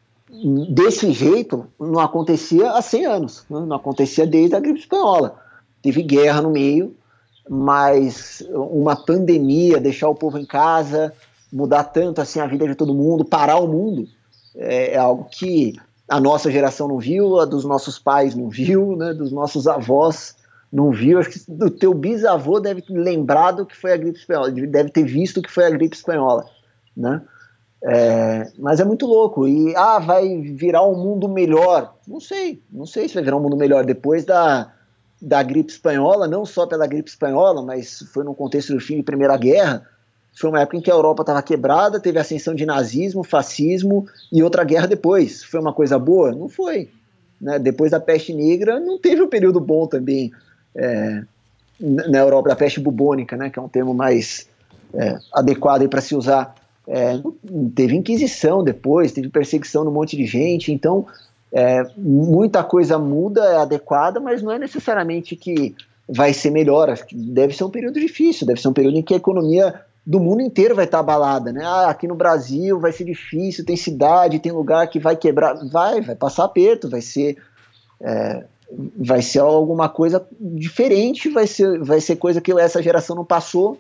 desse jeito não acontecia há cem anos, né? Não acontecia desde a gripe espanhola. Teve guerra no meio, mas uma pandemia, deixar o povo em casa, mudar tanto assim a vida de todo mundo, parar o mundo, é algo que a nossa geração não viu, a dos nossos pais não viu, né, dos nossos avós não viu. Acho que o teu bisavô deve ter lembrado que foi a gripe espanhola, deve ter visto que foi a gripe espanhola, né? É, mas é muito louco. E ah, vai virar um mundo melhor. Não sei, não sei se vai virar um mundo melhor depois da, da gripe espanhola, não só pela gripe espanhola, mas foi no contexto do fim da Primeira Guerra. Foi uma época em que a Europa estava quebrada, teve a ascensão de nazismo, fascismo e outra guerra depois. Foi uma coisa boa? Não foi, né? Depois da peste negra não teve um período bom também. É, na Europa, da peste bubônica, né, que é um termo mais é, adequado para se usar. É, teve inquisição depois, teve perseguição num monte de gente, então é, muita coisa muda, é adequada, mas não é necessariamente que vai ser melhor. Acho que deve ser um período difícil, deve ser um período em que a economia do mundo inteiro vai estar abalada, né? Ah, aqui no Brasil vai ser difícil, tem cidade, tem lugar que vai quebrar, vai, vai passar aperto, vai ser... É, vai ser alguma coisa diferente, vai ser, vai ser coisa que essa geração não passou,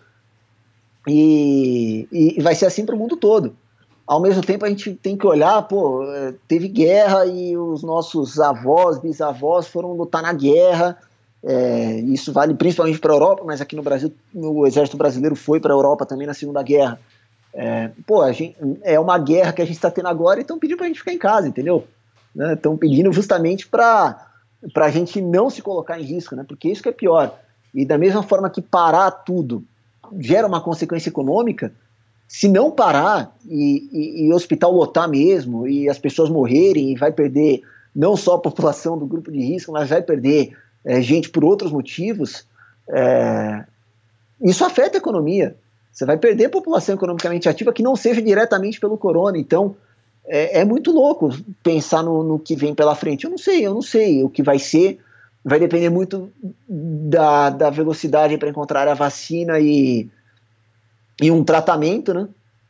e, e vai ser assim para o mundo todo. Ao mesmo tempo a gente tem que olhar, pô, teve guerra e os nossos avós, bisavós foram lutar na guerra, é, isso vale principalmente para a Europa, mas aqui no Brasil o exército brasileiro foi para a Europa também na Segunda Guerra. É, pô, a gente, é uma guerra que a gente está tendo agora e estão pedindo para a gente ficar em casa, entendeu? Estão né, pedindo justamente para para a gente não se colocar em risco, né? Porque isso que é pior. E da mesma forma que parar tudo gera uma consequência econômica, se não parar e, e, e o hospital lotar mesmo, e as pessoas morrerem, e vai perder não só a população do grupo de risco, mas vai perder é, gente por outros motivos, é, isso afeta a economia. Você vai perder a população economicamente ativa que não seja diretamente pelo corona. Então, É, é muito louco pensar no, no que vem pela frente. Eu não sei, eu não sei o que vai ser. Vai depender muito da, da velocidade para encontrar a vacina e, e um tratamento, né?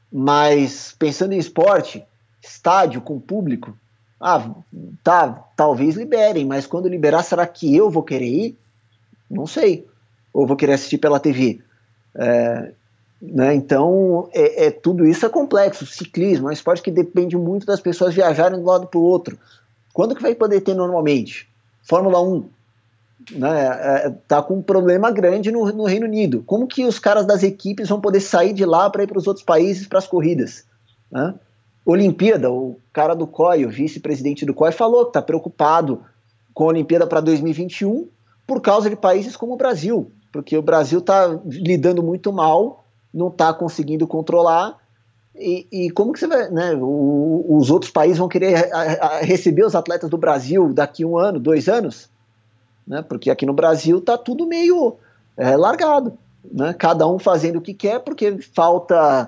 Mas pensando em esporte, estádio com público, ah, tá, talvez liberem, mas quando liberar, será que eu vou querer ir? Não sei. Ou vou querer assistir pela T V? É... Né? Então, é, é, tudo isso é complexo. Ciclismo é um esporte que depende muito das pessoas viajarem de um lado para o outro. Quando que vai poder ter normalmente? Fórmula um, né? é, tá com um problema grande no, no Reino Unido. Como que os caras das equipes vão poder sair de lá para ir para os outros países para as corridas? Né? Olimpíada, o cara do C O I, o vice-presidente do C O I, falou que está preocupado com a Olimpíada para dois mil e vinte e um por causa de países como o Brasil, porque o Brasil está lidando muito mal, não está conseguindo controlar, e, e como que você vai, né, o, os outros países vão querer a, a receber os atletas do Brasil daqui um ano, dois anos, né, porque aqui no Brasil está tudo meio é, largado, né, cada um fazendo o que quer, porque falta,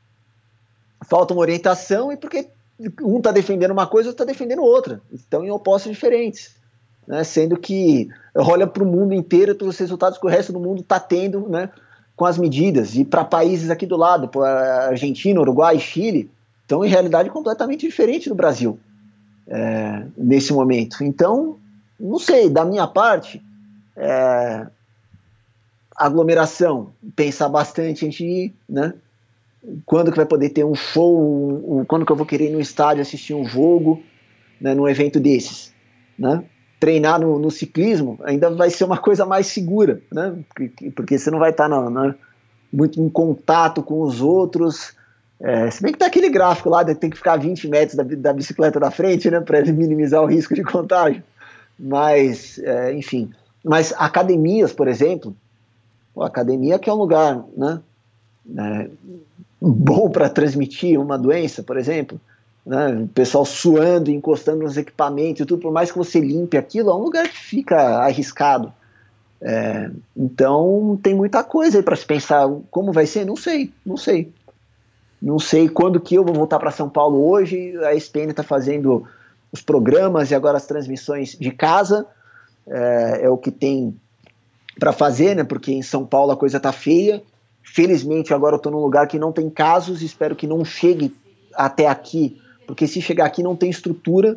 falta uma orientação, e porque um está defendendo uma coisa, outro está defendendo outra, estão em opostos diferentes, né, sendo que olha para o mundo inteiro, todos os resultados que o resto do mundo está tendo, né, com as medidas, e para países aqui do lado, para Argentina, Uruguai, Chile, estão em realidade completamente diferente do Brasil é, nesse momento. Então, não sei, da minha parte, é, aglomeração, pensar bastante antes de ir, né? Quando que vai poder ter um show, um, um, quando que eu vou querer ir no estádio assistir um jogo, né, num evento desses, né? Treinar no, no ciclismo ainda vai ser uma coisa mais segura, né? Porque, porque você não vai estar na, na, muito em contato com os outros. É, se bem que tá aquele gráfico lá, tem que ficar vinte metros da, da bicicleta da frente, né? Para minimizar o risco de contágio. Mas, é, enfim. Mas academias, por exemplo, a academia que é um lugar, né, é, bom para transmitir uma doença, por exemplo. Né, o pessoal suando, encostando nos equipamentos e tudo, por mais que você limpe aquilo, é um lugar que fica arriscado. É, então tem muita coisa aí para se pensar. Como vai ser? Não sei, não sei. Não sei quando que eu vou voltar para São Paulo hoje. A E S P N está fazendo os programas e agora as transmissões de casa. É, é o que tem para fazer, né? Porque em São Paulo a coisa tá feia. Felizmente agora eu estou num lugar que não tem casos, espero que não chegue até aqui, porque se chegar aqui não tem estrutura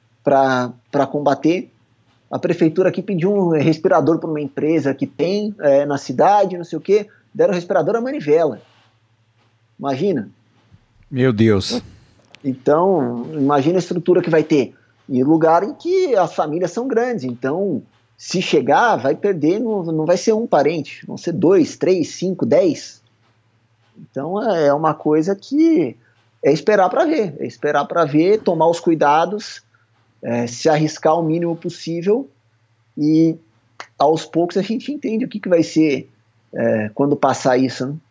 para combater. A prefeitura aqui pediu um respirador para uma empresa que tem é, na cidade, não sei o que, deram o respirador à manivela. Imagina. Meu Deus. Então, imagina a estrutura que vai ter. E lugar em que as famílias são grandes, então se chegar, vai perder, não, não vai ser um parente, vão ser dois, três, cinco, dez. Então é uma coisa que é esperar para ver, é esperar para ver, tomar os cuidados, é, se arriscar o mínimo possível, e aos poucos a gente entende o que, que vai ser é, quando passar isso, né?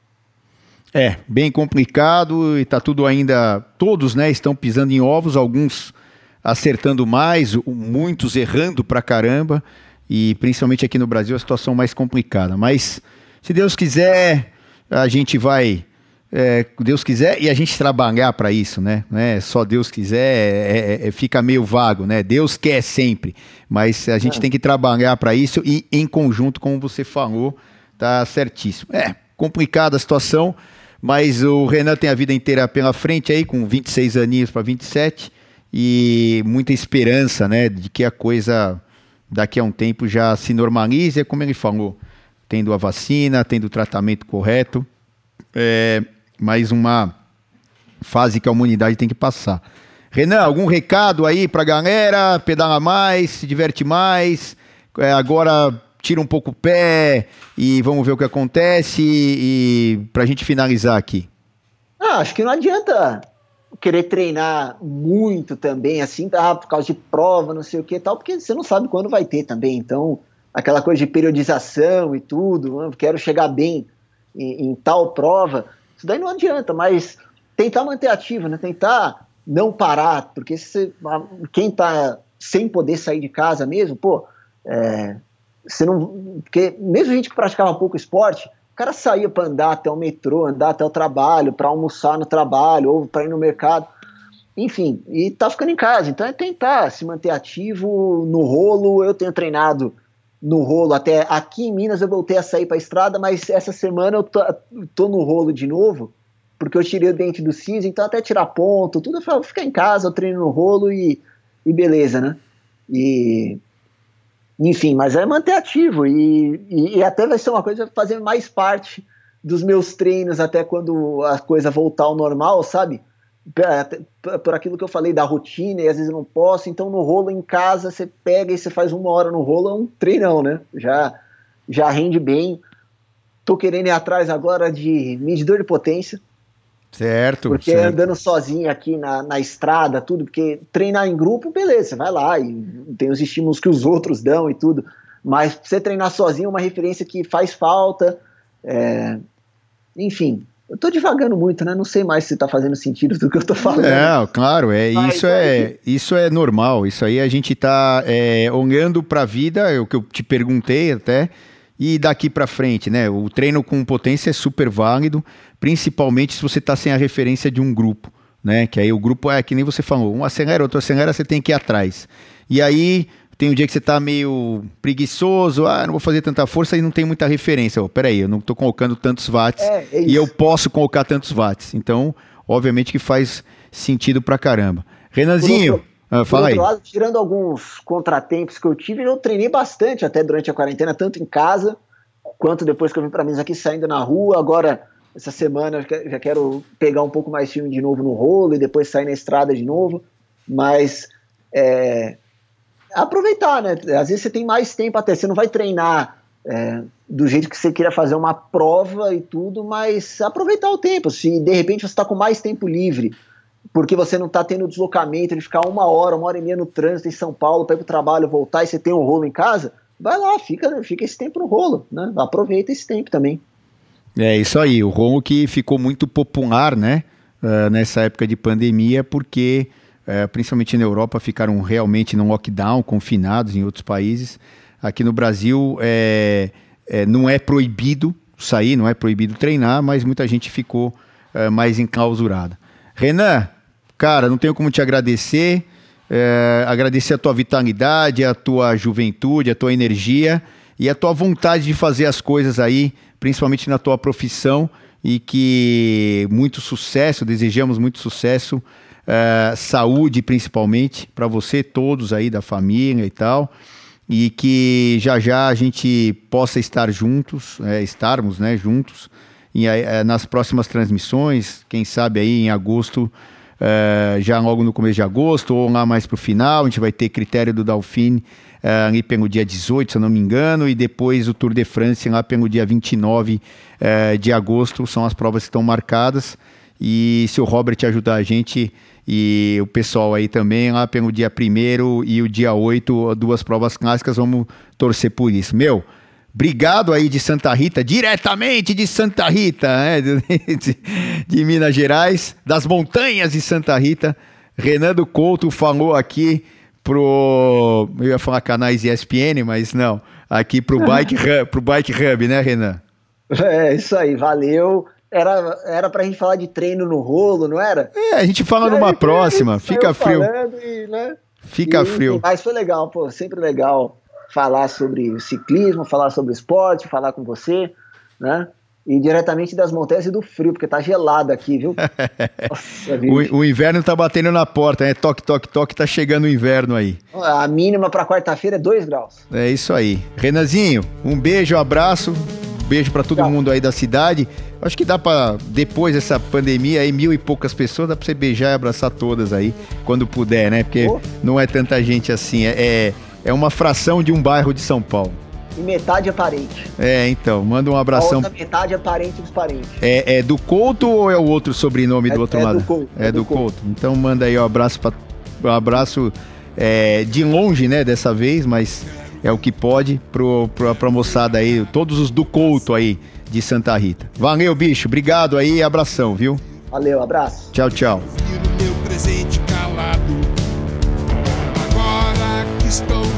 É, bem complicado, e tá tudo ainda, todos, né, estão pisando em ovos, alguns acertando mais, muitos errando pra caramba. e principalmente aqui no Brasil a situação mais complicada. Mas se Deus quiser, a gente vai, é, Deus quiser, e a gente trabalhar para isso, né? Não é só Deus quiser, é, é, é, fica meio vago, né? Deus quer sempre, mas a gente é. tem que trabalhar para isso e em conjunto, como você falou, tá certíssimo. É complicada a situação, mas o Renan tem a vida inteira pela frente aí, com vinte e seis aninhos para vinte e sete, e muita esperança, né, de que a coisa daqui a um tempo já se normalize, é como ele falou, tendo a vacina, tendo o tratamento correto, é mais uma fase que a humanidade tem que passar. Renan, algum recado aí pra galera? Pedala mais, se diverte mais, é, agora tira um pouco o pé e vamos ver o que acontece, e, e pra gente finalizar aqui. Ah, acho que não adianta querer treinar muito também, assim, ah, por causa de prova, não sei o que e tal, porque você não sabe quando vai ter também. Então, aquela coisa de periodização e tudo, ah, quero chegar bem em, em tal prova, isso daí não adianta, mas tentar manter ativo, né? Tentar não parar, porque se, quem tá sem poder sair de casa mesmo, pô, é, você não, porque mesmo a gente que praticava pouco esporte, o cara saía para andar até o metrô, andar até o trabalho, para almoçar no trabalho, ou para ir no mercado, enfim, e tá ficando em casa. Então é tentar se manter ativo no rolo. Eu tenho treinado no rolo, até aqui em Minas eu voltei a sair para a estrada, mas essa semana eu tô, tô no rolo de novo, porque eu tirei o dente do siso, então até tirar ponto, tudo, eu falo, vou ficar em casa, eu treino no rolo e, e beleza, né? E... Enfim, mas é manter ativo e, e, e até vai ser uma coisa fazer mais parte dos meus treinos até quando a coisa voltar ao normal, sabe? Por, por aquilo que eu falei da rotina e às vezes eu não posso, então no rolo em casa você pega e você faz uma hora no rolo, é um treinão, né? Já, já rende bem. Tô querendo ir atrás agora de medidor de potência. Certo. Porque certo. andando sozinho aqui na, na estrada, tudo, porque treinar em grupo, beleza, você vai lá e tem os estímulos que os outros dão e tudo, mas você treinar sozinho é uma referência que faz falta, é... enfim, eu tô divagando muito, né, não sei mais se tá fazendo sentido do que eu tô falando. É, claro, é, mas, isso, é, é, isso é normal, isso aí a gente tá é, olhando pra vida, é o que eu te perguntei até, e daqui para frente, né? O treino com potência é super válido, principalmente se você está sem a referência de um grupo, né? Que aí o grupo é que nem você falou, um acelera, outro acelera, você tem que ir atrás. E aí tem um dia que você está meio preguiçoso, ah, não vou fazer tanta força e não tem muita referência. Oh, peraí, eu não estou colocando tantos watts é, é e eu posso colocar tantos watts. Então, obviamente que faz sentido pra caramba. Renanzinho... Ah, fala aí. Por outro lado, tirando alguns contratempos que eu tive, eu treinei bastante até durante a quarentena, tanto em casa, quanto depois que eu vim para Minas aqui, saindo na rua. Agora, essa semana, eu já quero pegar um pouco mais firme de novo no rolo e depois sair na estrada de novo. Mas, é, aproveitar, né? Às vezes você tem mais tempo até, você não vai treinar é, do jeito que você queira fazer uma prova e tudo, mas aproveitar o tempo. Se, de repente, você está com mais tempo livre, porque você não está tendo deslocamento de ficar uma hora, uma hora e meia no trânsito em São Paulo para ir para o trabalho, voltar e você tem um rolo em casa, vai lá, fica, fica esse tempo no rolo, né? Aproveita esse tempo também. É isso aí, o rolo que ficou muito popular, né, uh, nessa época de pandemia, porque uh, principalmente na Europa ficaram realmente no lockdown, confinados em outros países. Aqui no Brasil é, é, não é proibido sair, não é proibido treinar, mas muita gente ficou uh, mais enclausurada. Renan, cara, não tenho como te agradecer, é, agradecer a tua vitalidade, a tua juventude, a tua energia e a tua vontade de fazer as coisas aí, principalmente na tua profissão, e que muito sucesso, desejamos muito sucesso, é, saúde principalmente, para você, todos aí da família e tal, e que já já a gente possa estar juntos, é, estarmos, né, juntos, E, é, nas próximas transmissões, quem sabe aí em agosto, é, já logo no começo de agosto, ou lá mais para o final, a gente vai ter critério do Dauphiné é, ali pelo dia dezoito, se eu não me engano, e depois o Tour de France lá pelo dia vinte e nove é, de agosto, são as provas que estão marcadas, e se o Robert ajudar a gente e o pessoal aí também, lá pelo dia primeiro e o dia oito, duas provas clássicas, vamos torcer por isso. Meu, obrigado aí de Santa Rita, diretamente de Santa Rita, né? de, de Minas Gerais, das montanhas de Santa Rita. Renan do Couto falou aqui pro... Eu ia falar canais E S P N, mas não. Aqui pro Bike Hub, pro Bike Hub, né, Renan? É, isso aí, valeu. Era, era pra gente falar de treino no rolo, não era? É, a gente fala numa próxima, fica frio. E, né? Fica e, frio. Mas foi legal, pô, sempre legal falar sobre ciclismo, falar sobre esporte, falar com você, né? E diretamente das montanhas e do frio, porque tá gelado aqui, viu? Nossa, o, o inverno tá batendo na porta, né? Toque, toque, toque, tá chegando o inverno aí. A mínima pra quarta-feira é dois graus. É isso aí. Renanzinho, um beijo, um abraço, beijo pra todo Tchau. mundo aí da cidade. Acho que dá pra, depois dessa pandemia aí, mil e poucas pessoas, dá pra você beijar e abraçar todas aí, quando puder, né? Porque oh. não é tanta gente assim, é, é, é uma fração de um bairro de São Paulo. E metade é parente. É, então, manda um abração. A outra metade é parente dos parentes. É, é do Couto ou é o outro sobrenome é, do outro é lado? Do Couto, é, é do, do Couto. Couto. Então manda aí um abraço, pra, um abraço é, de longe, né, dessa vez, mas é o que pode pro, pro, pra moçada aí, todos os do Couto aí de Santa Rita. Valeu, bicho, obrigado aí, abração, viu? Valeu, abraço. Tchau, tchau. Meu presente calado, agora que estou